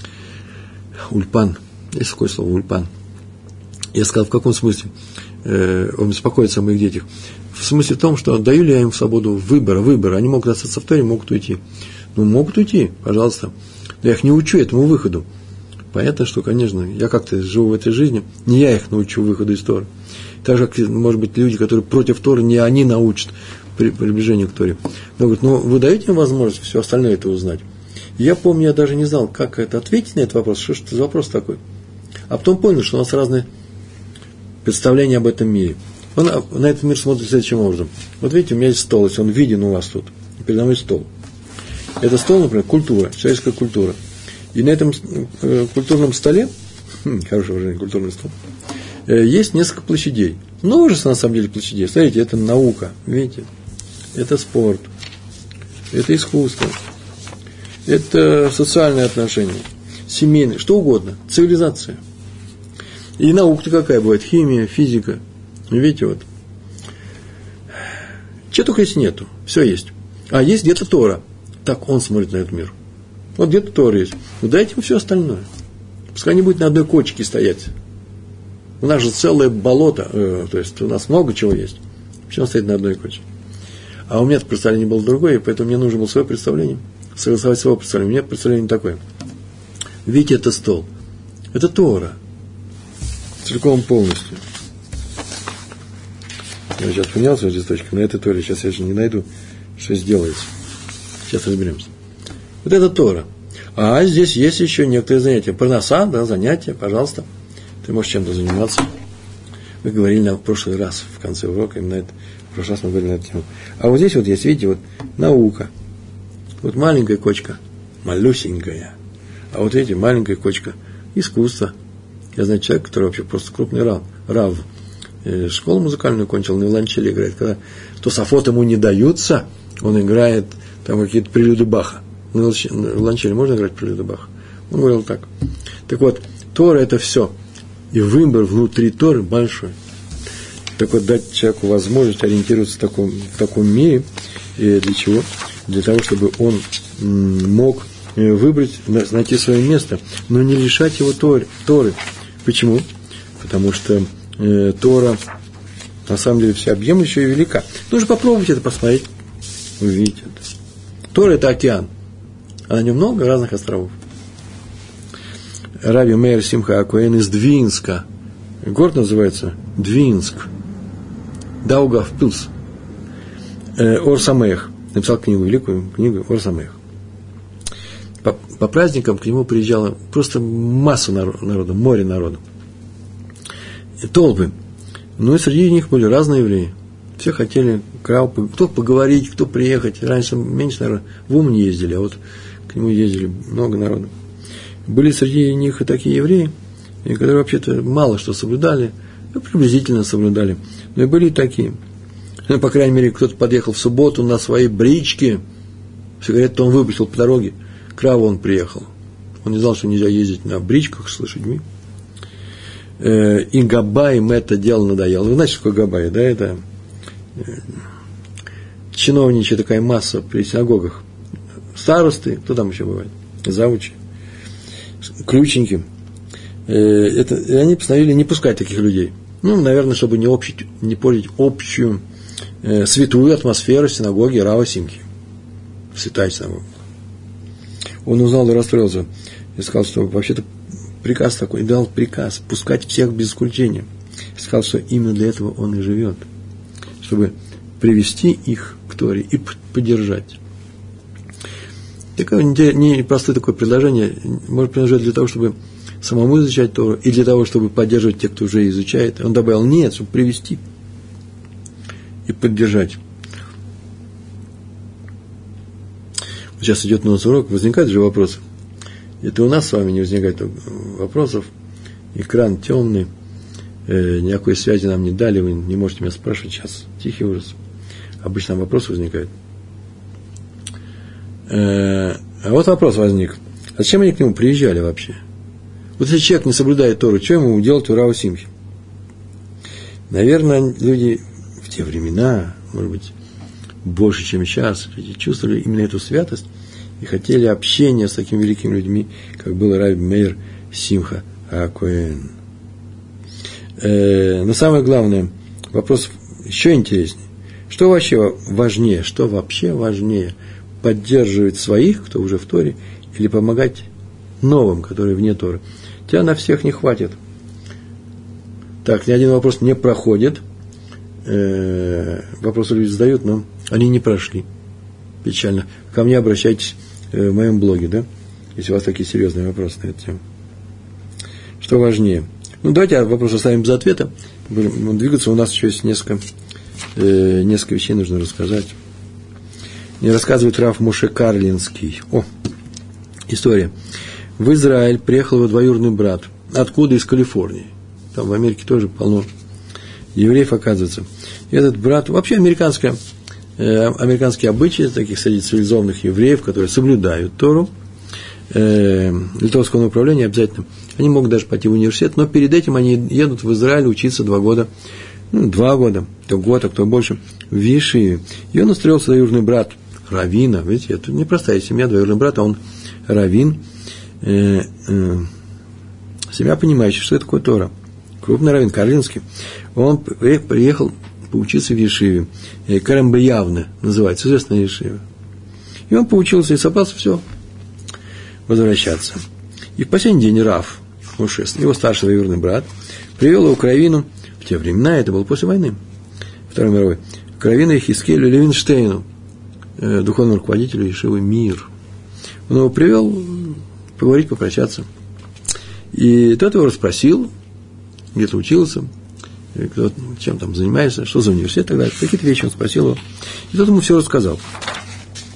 ульпан, есть такое слово, ульпан. Я сказал, в каком смысле? Э, он беспокоится о моих детях. В смысле в том, что даю ли я им свободу выбора, выбора, они могут остаться в Торе, могут уйти. Ну, могут уйти, пожалуйста. Но я их не учу этому выходу. Понятно, что, конечно, я как-то живу в этой жизни, не я их научу выходу из Торы. Так же, как, может быть, люди, которые против Торы, не они научат при приближению к Торе. Но говорят, ну, вы даете им возможность все остальное это узнать. И я помню, я даже не знал, как это ответить на этот вопрос, что это за вопрос такой. А потом понял, что у нас разные представления об этом мире. Он на этот мир смотрит следующим образом. Вот видите, у меня есть стол, если он виден у вас тут, передо мной стол. Это стол, например, культура, человеческая культура. И на этом э, культурном столе, хм, хорошее выражение, культурный стол, э, есть несколько площадей. Множество, на самом деле, площадей. Смотрите, это наука, видите, это спорт, это искусство, это социальные отношения, семейные, что угодно, цивилизация. И наука-то какая бывает, химия, физика. Видите, вот. Чего только здесь нету, все есть. А есть где-то Тора. Так он смотрит на этот мир. Вот где-то Тора есть. Ну, дайте ему все остальное. Пускай не будет на одной кочке стоять. У нас же целое болото, э, то есть у нас много чего есть. Почему он стоит на одной кочке? А у меня представление было другое, поэтому мне нужно было свое представление. Согласовать свое представление. У меня представление такое. Видите, это стол. Это Тора. Целиком полностью. Я сейчас понял свой листочек, на этой Торе сейчас я же не найду, что сделается. Сейчас разберемся. Вот это Тора. А здесь есть еще некоторые занятия. Парноса, да, занятия, пожалуйста. Ты можешь чем-то заниматься. Мы говорили на, в прошлый раз, в конце урока, именно это, в прошлый раз мы говорили на эту тему. А вот здесь вот есть, видите, вот наука. Вот маленькая кочка, малюсенькая, а вот эти маленькая кочка искусство. Я знаю человека, который вообще просто крупный рав, рав. Школу музыкальную кончил, на виолончели играет. Когда тосафот ему не даются, он играет там какие-то прелюды Баха. На виолончели можно играть прелюды Баха? Он говорил так. Так вот, Тора – это все. И выбор внутри Торы большой. Так вот, дать человеку возможность ориентироваться в таком, в таком мире. И для чего? Для того, чтобы он мог выбрать, найти свое место, но не лишать его Торы. Торы. Почему? Потому что э, Тора, на самом деле, всеобъемлющая и велика. Нужно попробовать это посмотреть, увидеть это. Тора – это океан, а на нем много разных островов. Раби Меир Симха ха-Коэн из Двинска. Город называется Двинск. Даугавпилс. Э, Ор Самех. Написал книгу, великую книгу Ор Самех. По, по праздникам к нему приезжала просто масса народа, море народу. И толпы. Ну и среди них были разные евреи. Все хотели, кто поговорить, кто приехать. Раньше меньше народа. В Умань ездили, а вот к нему ездили много народу. Были среди них и такие евреи, которые вообще-то мало что соблюдали, приблизительно соблюдали. Но и были и такие. Ну, по крайней мере, кто-то подъехал в субботу на своей бричке, сигарету он выпустил по дороге, к Раву он приехал. Он не знал, что нельзя ездить на бричках с лошадьми. И габаим это дело надоело. Вы знаете, что такое габай, да? Это чиновничья такая масса при синагогах. Старосты, кто там еще бывает? Завучи. Ключники. Это, и они постановили не пускать таких людей. Ну, наверное, чтобы не, общить, не портить общую э, святую атмосферу синагоги Рава Симхи. Святая синагога. Он узнал и расстроился. И сказал, что вообще-то приказ такой, и дал приказ пускать всех без исключения. И сказал, что именно для этого он и живет. Чтобы привести их к Торе и поддержать. Такое непростое такое предложение, может предложить для того, чтобы самому изучать Тору, и для того, чтобы поддерживать тех, кто уже изучает. Он добавил нет, чтобы привести и поддержать. Вот сейчас идет у нас урок, возникают же вопросы. Это у нас с вами не возникает вопросов. Экран темный, э, никакой связи нам не дали, вы не можете меня спрашивать сейчас. Тихий ужас. Обычно вопросы возникают. А вот вопрос возник. А зачем они к нему приезжали вообще? Вот если человек не соблюдает Тору, что ему делать у Рава Симхи? Наверное, люди в те времена, может быть, больше, чем сейчас, чувствовали именно эту святость и хотели общения с такими великими людьми, как был Раби Меир Симха ха-Коэн. Но самое главное, вопрос еще интереснее. Что вообще важнее? Что вообще важнее? Поддерживать своих, кто уже в Торе, или помогать новым, которые вне Торы. Тебя на всех не хватит. Так, ни один вопрос не проходит. Э-э, вопросы люди задают, но они не прошли. Печально. Ко мне обращайтесь в моем блоге, да, если у вас такие серьезные вопросы на эту тему. Что важнее? Ну, давайте вопрос оставим без ответа. Будем двигаться. У нас еще есть несколько, э, несколько вещей нужно рассказать. Мне рассказывает Рав Моше Карлинский. О, история. В Израиль приехал его двоюродный брат. Откуда? Из Калифорнии. Там в Америке тоже полно евреев, оказывается. И этот брат, вообще американская, э, американские обычаи, таких среди цивилизованных евреев, которые соблюдают Тору, э, литовского направления обязательно. Они могут даже пойти в университет, но перед этим они едут в Израиль учиться два года, ну, два года, кто год, а кто больше, в Ешиве. И он устроился двоюродный брат раввина, видите, это непростая семья, двоюродный брат, а он раввин, э, э, семья понимающая, что это такое Тора, крупный раввин, Карлинский. Он приехал поучиться в Ешиве, э, Керем Беявне называется, известная Ешива. И он поучился и собрался все возвращаться. И в последний день Рав Моше, его старший двоюродный брат, привел его к раввину, в те времена, это было после войны, Второй мировой, к раввину Йехискелю Левинштейну, духовному руководителю Ешивы Мир. Он его привел поговорить, попрощаться. И тот его расспросил, где-то учился, кто, чем там занимаешься, что за университет и так далее. Какие-то вещи он спросил его. И тот ему все рассказал.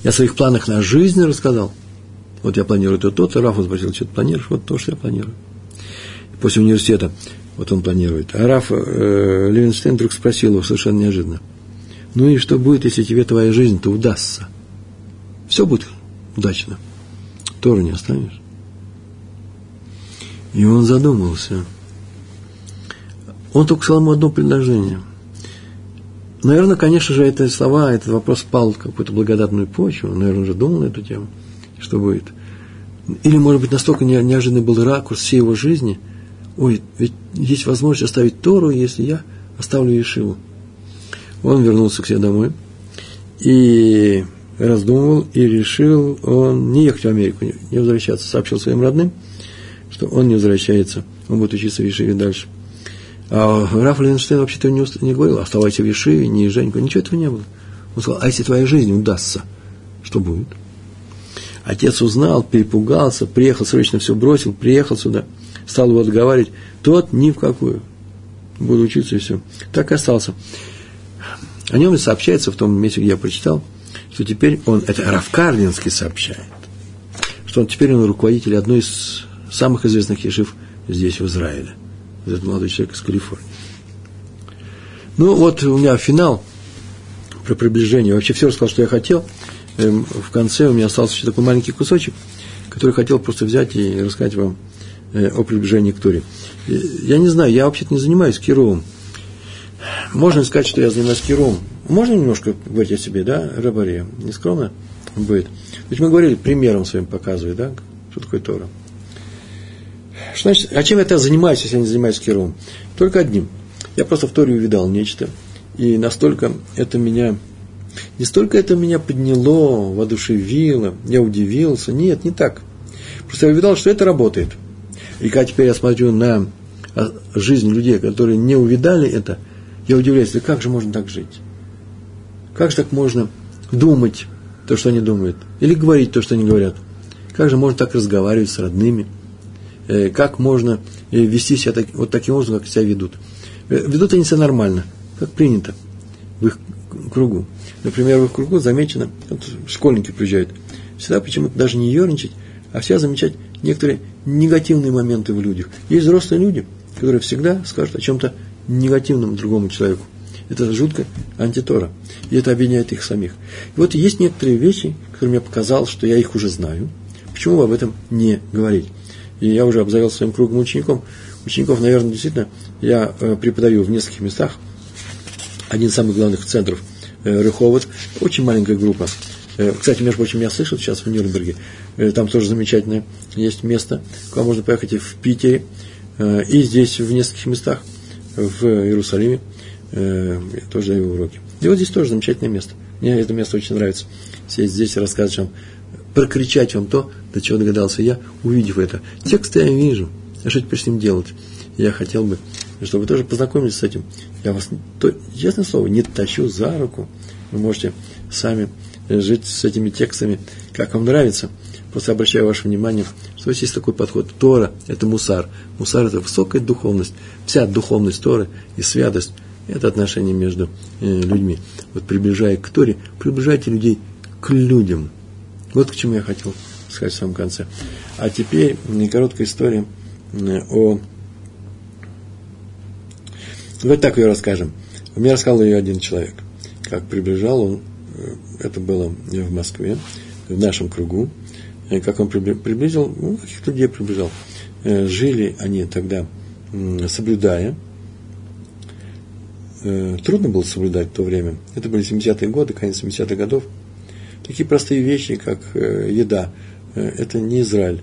Я о своих планах на жизнь рассказал. Вот я планирую то-то, Раф спросил, что ты планируешь? Вот то, что я планирую. После университета, вот он планирует. А Раф э, Левинштейн вдруг спросил его совершенно неожиданно. Ну и что будет, если тебе твоя жизнь-то удастся? Все будет удачно. Тору не оставишь. И он задумался. Он только сказал ему одно предложение. Наверное, конечно же, эти слова, этот вопрос пал в какую-то благодатную почву. Наверное, он уже думал на эту тему, что будет. Или, может быть, настолько неожиданный был ракурс всей его жизни. Ой, ведь есть возможность оставить Тору, если я оставлю Ешиву. Он вернулся к себе домой и раздумывал, и решил он не ехать в Америку, не возвращаться. Сообщил своим родным, что он не возвращается, он будет учиться в Ешиве дальше. А Раф Левинштейн вообще-то не, не говорил, оставайся в Ешиве, не езжай, ничего этого не было. Он сказал, а если твоя жизнь удастся, что будет? Отец узнал, перепугался, приехал, срочно все бросил, приехал сюда, стал его отговаривать. Тот ни в какую. Буду учиться и все. Так и остался. О нем и сообщается в том месте, где я прочитал, что теперь он, это Рав Карлинский сообщает, что он теперь он руководитель одной из самых известных ешив здесь, в Израиле. Этот молодой человек из Калифорнии. Ну, вот у меня финал про приближение. Вообще все рассказал, что я хотел. В конце у меня остался еще такой маленький кусочек, который хотел просто взять и рассказать вам о приближении к Торе. Я не знаю, я вообще-то не занимаюсь кировом. Можно сказать, что я занимаюсь кировом. Можно немножко говорить о себе, да, Рабаре? Не скромно будет. Ведь мы говорили, примером своим показывая, да, что такое Тора. Что значит, а чем я занимаюсь, если я не занимаюсь кировом? Только одним. Я просто в Торе увидал нечто, и настолько это меня... Не столько это меня подняло, воодушевило, я удивился. Нет, не так. Просто я увидал, что это работает. И когда теперь я смотрю на жизнь людей, которые не увидали это, я удивляюсь, да как же можно так жить? Как же так можно думать то, что они думают? Или говорить то, что они говорят? Как же можно так разговаривать с родными? Как можно вести себя так, вот таким образом, как себя ведут? Ведут они себя нормально, как принято в их кругу. Например, в их кругу замечено, вот школьники приезжают, всегда почему-то даже не ерничать, а всегда замечать некоторые негативные моменты в людях. Есть взрослые люди, которые всегда скажут о чем-то негативном другому человеку. Это жутко антитора. И это объединяет их самих. И вот есть некоторые вещи, которые мне показалось, что я их уже знаю. Почему об этом не говорить? И я уже обзавелся своим кругом учеников. Учеников, наверное, действительно, я преподаю в нескольких местах. Один из самых главных центров Реховод. Очень маленькая группа. Кстати, между прочим, я слышал сейчас в Нюрнберге, там тоже замечательное есть место, куда можно поехать и в Питере, и здесь в нескольких местах, в Иерусалиме, я тоже даю уроки. И вот здесь тоже замечательное место. Мне это место очень нравится. Сесть здесь и рассказывать вам, прокричать вам то, до чего догадался я, увидев это. Текст я вижу, а что теперь с ним делать? Я хотел бы, чтобы вы тоже познакомились с этим. Я вас, то, честное слово, не тащу за руку. Вы можете сами жить с этими текстами, как вам нравится. Просто обращаю ваше внимание, что здесь есть такой подход. Тора – это мусар. Мусар – это высокая духовность. Вся духовность Торы и святость – это отношение между э, людьми. Вот приближая к Торе, приближайте людей к людям. Вот к чему я хотел сказать в самом конце. А теперь короткая история о... Давайте так ее расскажем. Мне рассказал ее один человек. Как приближал он, это было в Москве, в нашем кругу, как он приблизил, ну, каких-то людей приближал. Жили они тогда, соблюдая. Трудно было соблюдать в то время. Это были семидесятые годы, конец семидесятых годов. Такие простые вещи, как еда. Это не Израиль.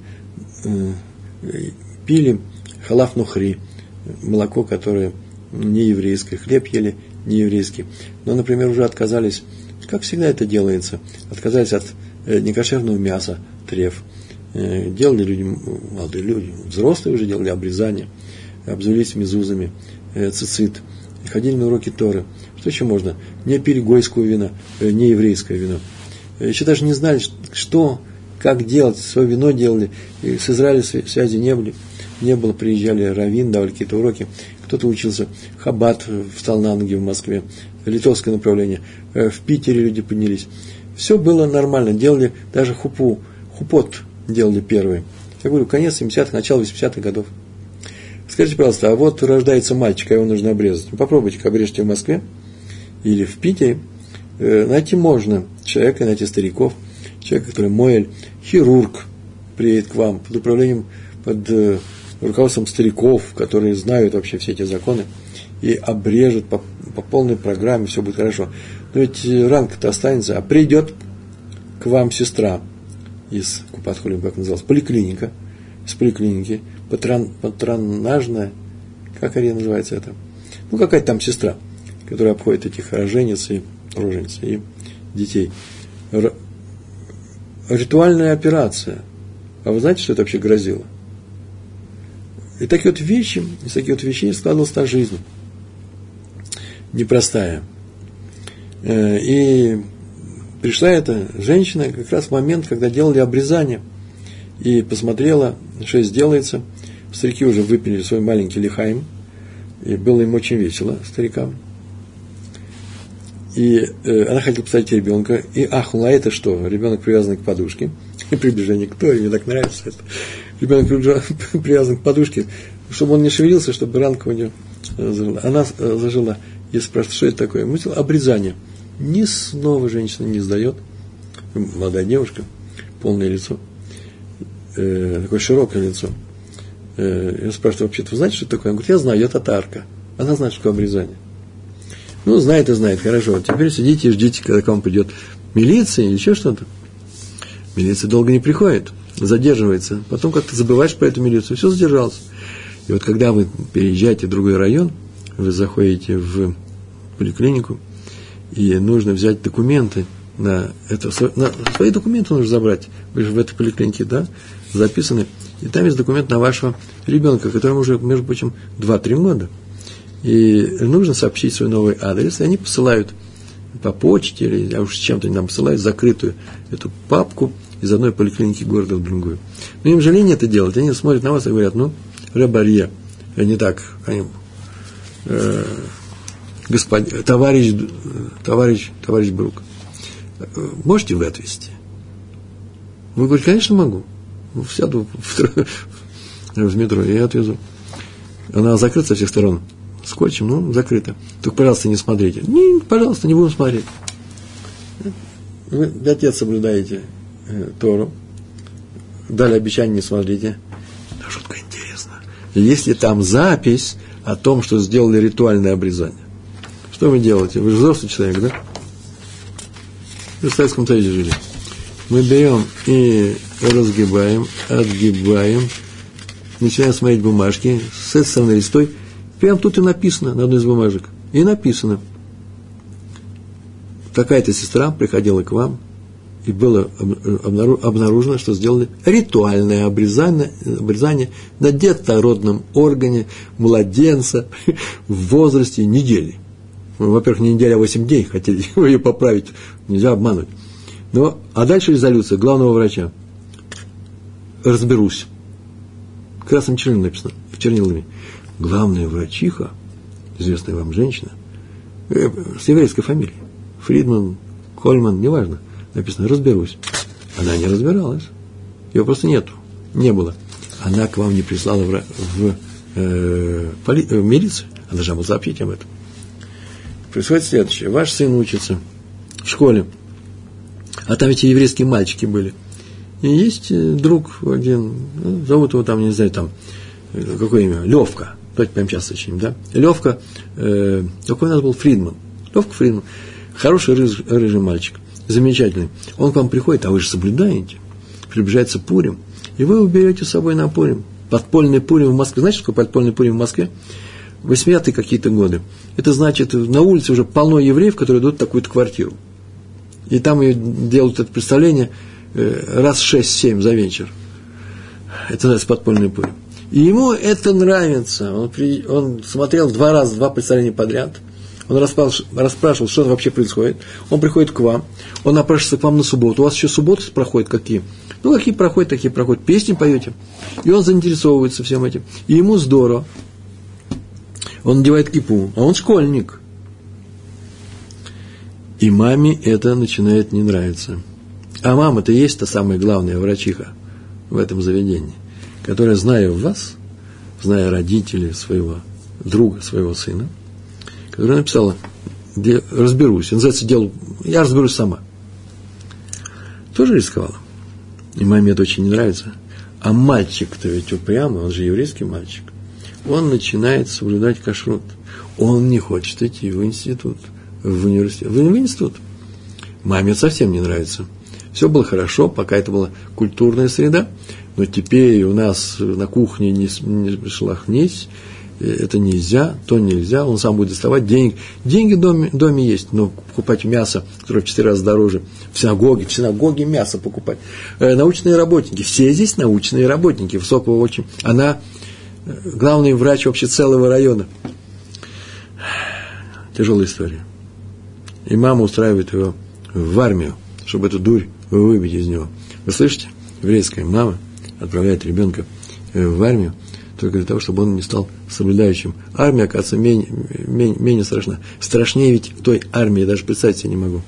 Пили халаф нухри, молоко, которое не еврейское, хлеб ели не еврейский. Но, например, уже отказались, как всегда это делается, отказались от некошерного мяса, треф. Делали люди, молодые люди, взрослые уже делали обрезание, обзавелись мезузами, цицит, ходили на уроки Торы. Что еще можно? Не пили гойское вино, не еврейское вино. Еще даже не знали, что, как делать, свое вино делали, и с Израилем связи не было, не было, приезжали раввин, давали какие-то уроки, кто-то учился, Хаббат встал на ноги в Москве, литовское направление, в Питере люди поднялись. Все было нормально, делали даже хупу, хупот делали первые. Я говорю, конец семидесятых, начало восьмидесятых годов. Скажите, пожалуйста, а вот рождается мальчик, а его нужно обрезать. Ну, попробуйте-ка обрежьте в Москве или в Питере. Э, найти можно человека, найти стариков, человека, который моэль, хирург, приедет к вам под управлением, под э, руководством стариков, которые знают вообще все эти законы, и обрежет по, по полной программе, все будет хорошо. Но ведь ранка-то останется, а придет к вам сестра из Купат-Холим, как называлась, поликлиника, из поликлиники, патрон, патронажная, как она называется это? Ну, какая-то там сестра, которая обходит этих роженец и рожениц и детей. Р- ритуальная операция. А вы знаете, что это вообще грозило? И такие вот вещи, из таких вот вещей складывалась та жизнь. Непростая. И пришла эта женщина как раз в момент, когда делали обрезание. И посмотрела, что сделается. Старики уже выпили свой маленький лихаим. И было им очень весело, старикам. И э, она хотела посадить ребенка. И ахнула, а это что? Ребенок привязан к подушке. И приближение к Торе, мне так нравится это. Ребенок привязан к подушке, чтобы он не шевелился, чтобы ранка у него зажила. Она зажила. И спрашивает, что это такое? Мы сказали, обрезание. Ни слова женщина не сдает. Молодая девушка, полное лицо. Э, такое широкое лицо. Э, я спрашиваю, вообще-то, вы знаете, что это такое? Она говорит, я знаю, я татарка. Она знает, что такое обрезание. Ну, знает и знает, хорошо. Вот теперь сидите и ждите, когда к вам придет милиция или еще что-то. Милиция долго не приходит, задерживается. Потом как-то забываешь про эту милицию, все задержалось. И вот когда вы переезжаете в другой район, вы заходите в поликлинику, и нужно взять документы на это. На, свои документы нужно забрать. Вы же в этой поликлинике, да, записаны. И там есть документ на вашего ребенка, которому уже, между прочим, два-три года. И нужно сообщить свой новый адрес, и они посылают по почте, или а уж с чем-то они нам посылают закрытую эту папку из одной поликлиники города в другую. Но им же лень это делать, они смотрят на вас и говорят, ну, ребарье, не так, они, э, господин, товарищ, товарищ, товарищ Брук, можете вы отвезти? Вы говорите, конечно, могу. Сяду в, в метро и отвезу. Она закрыта со всех сторон скотчем, ну, закрыто. Только, пожалуйста, не смотрите. Не, пожалуйста, не будем смотреть. Вы пять лет соблюдаете э, Тору. Дали обещание, не смотрите. Да, жутко интересно. Если там запись о том, что сделали ритуальное обрезание, что вы делаете? Вы же взрослый человек, да? Вы в Советском Союзе жили. Мы берем и разгибаем, отгибаем, начинаем смотреть бумажки, с этой стороны листой. Прямо тут и написано на одной из бумажек. И написано. Такая-то сестра приходила к вам, и было обнаружено, что сделали ритуальное обрезание, обрезание на детородном органе младенца в возрасте недели. Во-первых, не неделя, а восемь дней, хотели ее поправить, нельзя обмануть. Но, а дальше резолюция главного врача. Разберусь. Красным чернилами написано, чернилами. Главная врачиха, известная вам женщина, э, с еврейской фамилией, Фридман, Кольман, неважно, написано, разберусь. Она не разбиралась, ее просто нету, не было. Она к вам не прислала в, в, э, поли, в милицию, она должна была сообщить об этом. Происходит следующее, ваш сын учится в школе, а там ведь и еврейские мальчики были. И есть друг один, ну, зовут его там, не знаю, там, какое имя, Левка. Давайте прямо сейчас сочиним, да? Левка, э, какой у нас был Фридман. Левка Фридман. Хороший рыж, рыжий мальчик. Замечательный. Он к вам приходит, а вы же соблюдаете. Приближается Пурим. И вы его берете с собой на Пурим. Подпольный Пурим в Москве. Знаете, что такое подпольный Пурим в Москве? восьмидесятые какие-то годы. Это значит, на улице уже полно евреев, которые идут в такую-то квартиру. И там делают это представление э, раз шесть-семь за вечер. Это называется подпольный Пурим. И ему это нравится. Он, при, он смотрел два раза, два представления подряд. Он расспрашивал, расспрашивал, что вообще происходит. Он приходит к вам. Он напрашивается к вам на субботу. У вас еще субботы проходят какие? Ну, какие проходят, такие проходят. Песни поете. И он заинтересовывается всем этим. И ему здорово. Он надевает кипу. А он школьник. И маме это начинает не нравиться. А мама-то есть та самая главная врачиха в этом заведении, которая, зная вас, зная родителей своего друга, своего сына, которая написала: разберусь, называется дело, я разберусь сама. Тоже рисковала. И маме это очень не нравится. А мальчик-то ведь упрямый, он же еврейский мальчик. Он начинает соблюдать кашрут. Он не хочет идти в институт, в университет. В институт. Маме это совсем не нравится. Все было хорошо, пока это была культурная среда, но теперь у нас на кухне не, не шелохнись, это нельзя, то нельзя, он сам будет доставать денег. Деньги в доме, в доме есть, но покупать мясо, которое в четыре раза дороже, в синагоге, в синагоге мясо покупать. Э, научные работники, все здесь научные работники, высокого очень. Она главный врач вообще целого района. Тяжелая история. И мама устраивает его в армию, чтобы эту дурь выбить из него. Вы слышите? Еврейская мама отправляет ребенка в армию только для того, чтобы он не стал соблюдающим. Армия, оказывается, менее, менее, менее страшна. Страшнее ведь в той армии, я даже представить себе не могу.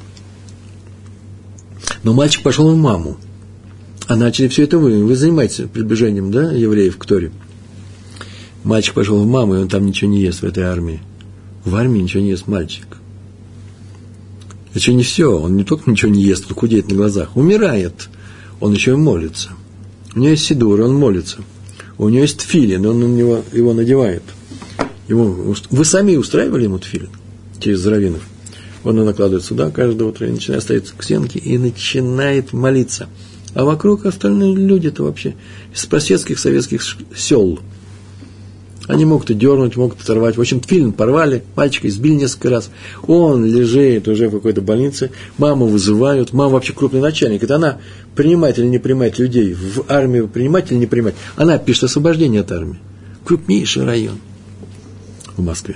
Но мальчик пошел в маму. А начали все это вы. Вы занимаетесь приближением, да, евреев к Торе. Мальчик пошел в маму, и он там ничего не ест в этой армии. В армии ничего не ест мальчик. Это еще не все. Он не только ничего не ест, он худеет на глазах. Умирает. Он еще и молится. У него есть сидур, он молится. У него есть тфилин, он на него, его надевает. Ему, вы сами устраивали ему тфилин через раввинов. Он его накладывает сюда каждое утро, и начинает стоять к стенке и начинает молиться. А вокруг остальные люди-то вообще из соседских советских сел. Они могут и дернуть, могут оторвать. В общем, тфилин порвали, мальчика избили несколько раз. Он лежит уже в какой-то больнице, маму вызывают. Мама вообще крупный начальник. Это она принимает или не принимает людей в армию, принимать или не принимать. Она пишет освобождение от армии. Крупнейший район в Москве.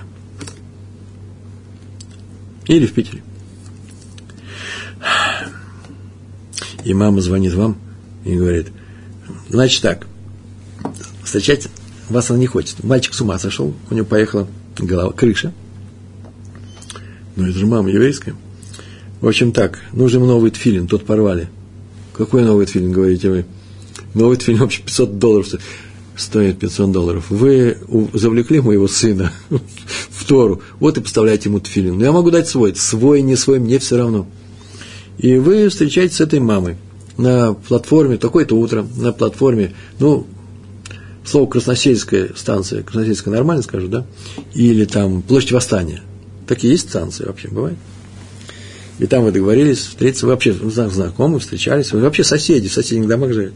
Или в Питере. И мама звонит вам и говорит: значит так, встречать вас она не хочет. Мальчик с ума сошел, у него поехала голова, крыша. Но это же мама еврейская. В общем так, нужен новый тфилин, тот порвали. Какой новый тфилин, говорите вы? Новый тфилин вообще пятьсот долларов стоит, пятьсот долларов. Вы завлекли моего сына в Тору, вот и поставляете ему тфилин. Но я могу дать свой, свой, не свой, мне все равно. И вы встречаетесь с этой мамой на платформе, такое-то утро, на платформе, ну, слово Красносельская станция, Красносельская нормально скажу, да? Или там Площадь Восстания. Такие есть станции вообще, бывает? И там вы договорились встретиться, вы вообще знакомы, встречались, вы вообще соседи, в соседних домах живете.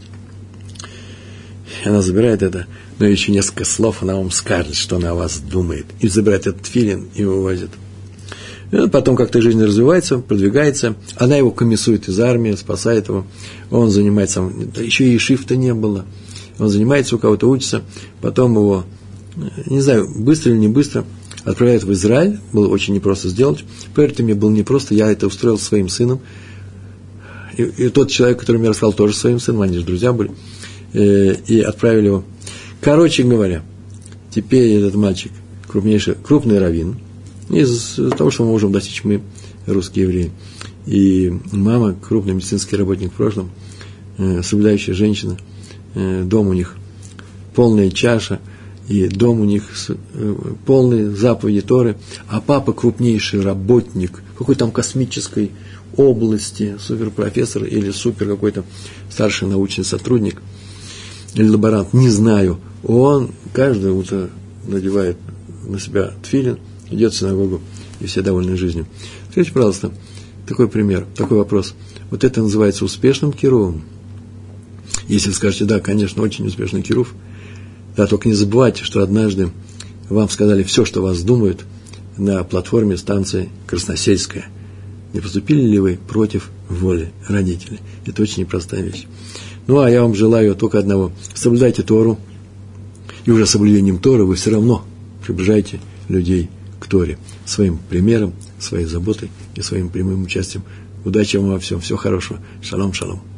И она забирает это, но еще несколько слов она вам скажет, что она о вас думает. И забирает этот тфилин и увозит. И потом как-то жизнь развивается, продвигается. Она его комиссует из армии, спасает его. Он занимается, еще и шифта не было. Он занимается, у кого-то учится, потом его, не знаю, быстро или не быстро, отправляют в Израиль, было очень непросто сделать. Поверьте мне, было непросто, я это устроил своим сыном. И, и тот человек, который мне рассказал, тоже своим сыном, они же друзья были, и, и отправили его. Короче говоря, теперь этот мальчик крупнейший, крупный раввин, из того, что мы можем достичь мы, русские евреи. И мама, крупный медицинский работник в прошлом, соблюдающая женщина, дом у них полная чаша, и дом у них полный заповеди Торы, а папа крупнейший работник, какой там космической области, суперпрофессор или супер какой-то старший научный сотрудник, или лаборант, не знаю, он каждое утро надевает на себя тфилин, идет в синагогу, и все довольны жизнью. Скажите, пожалуйста, такой пример, такой вопрос. Вот это называется успешным кирувом. Если вы скажете, да, конечно, очень успешный кирув, да, только не забывайте, что однажды вам сказали все, что вас думают, на платформе станции Красносельская. Не поступили ли вы против воли родителей? Это очень непростая вещь. Ну, а я вам желаю только одного. Соблюдайте Тору, и уже соблюдением Торы вы все равно приближаете людей к Торе своим примером, своей заботой и своим прямым участием. Удачи вам во всем, всего хорошего. Шалом, шалом.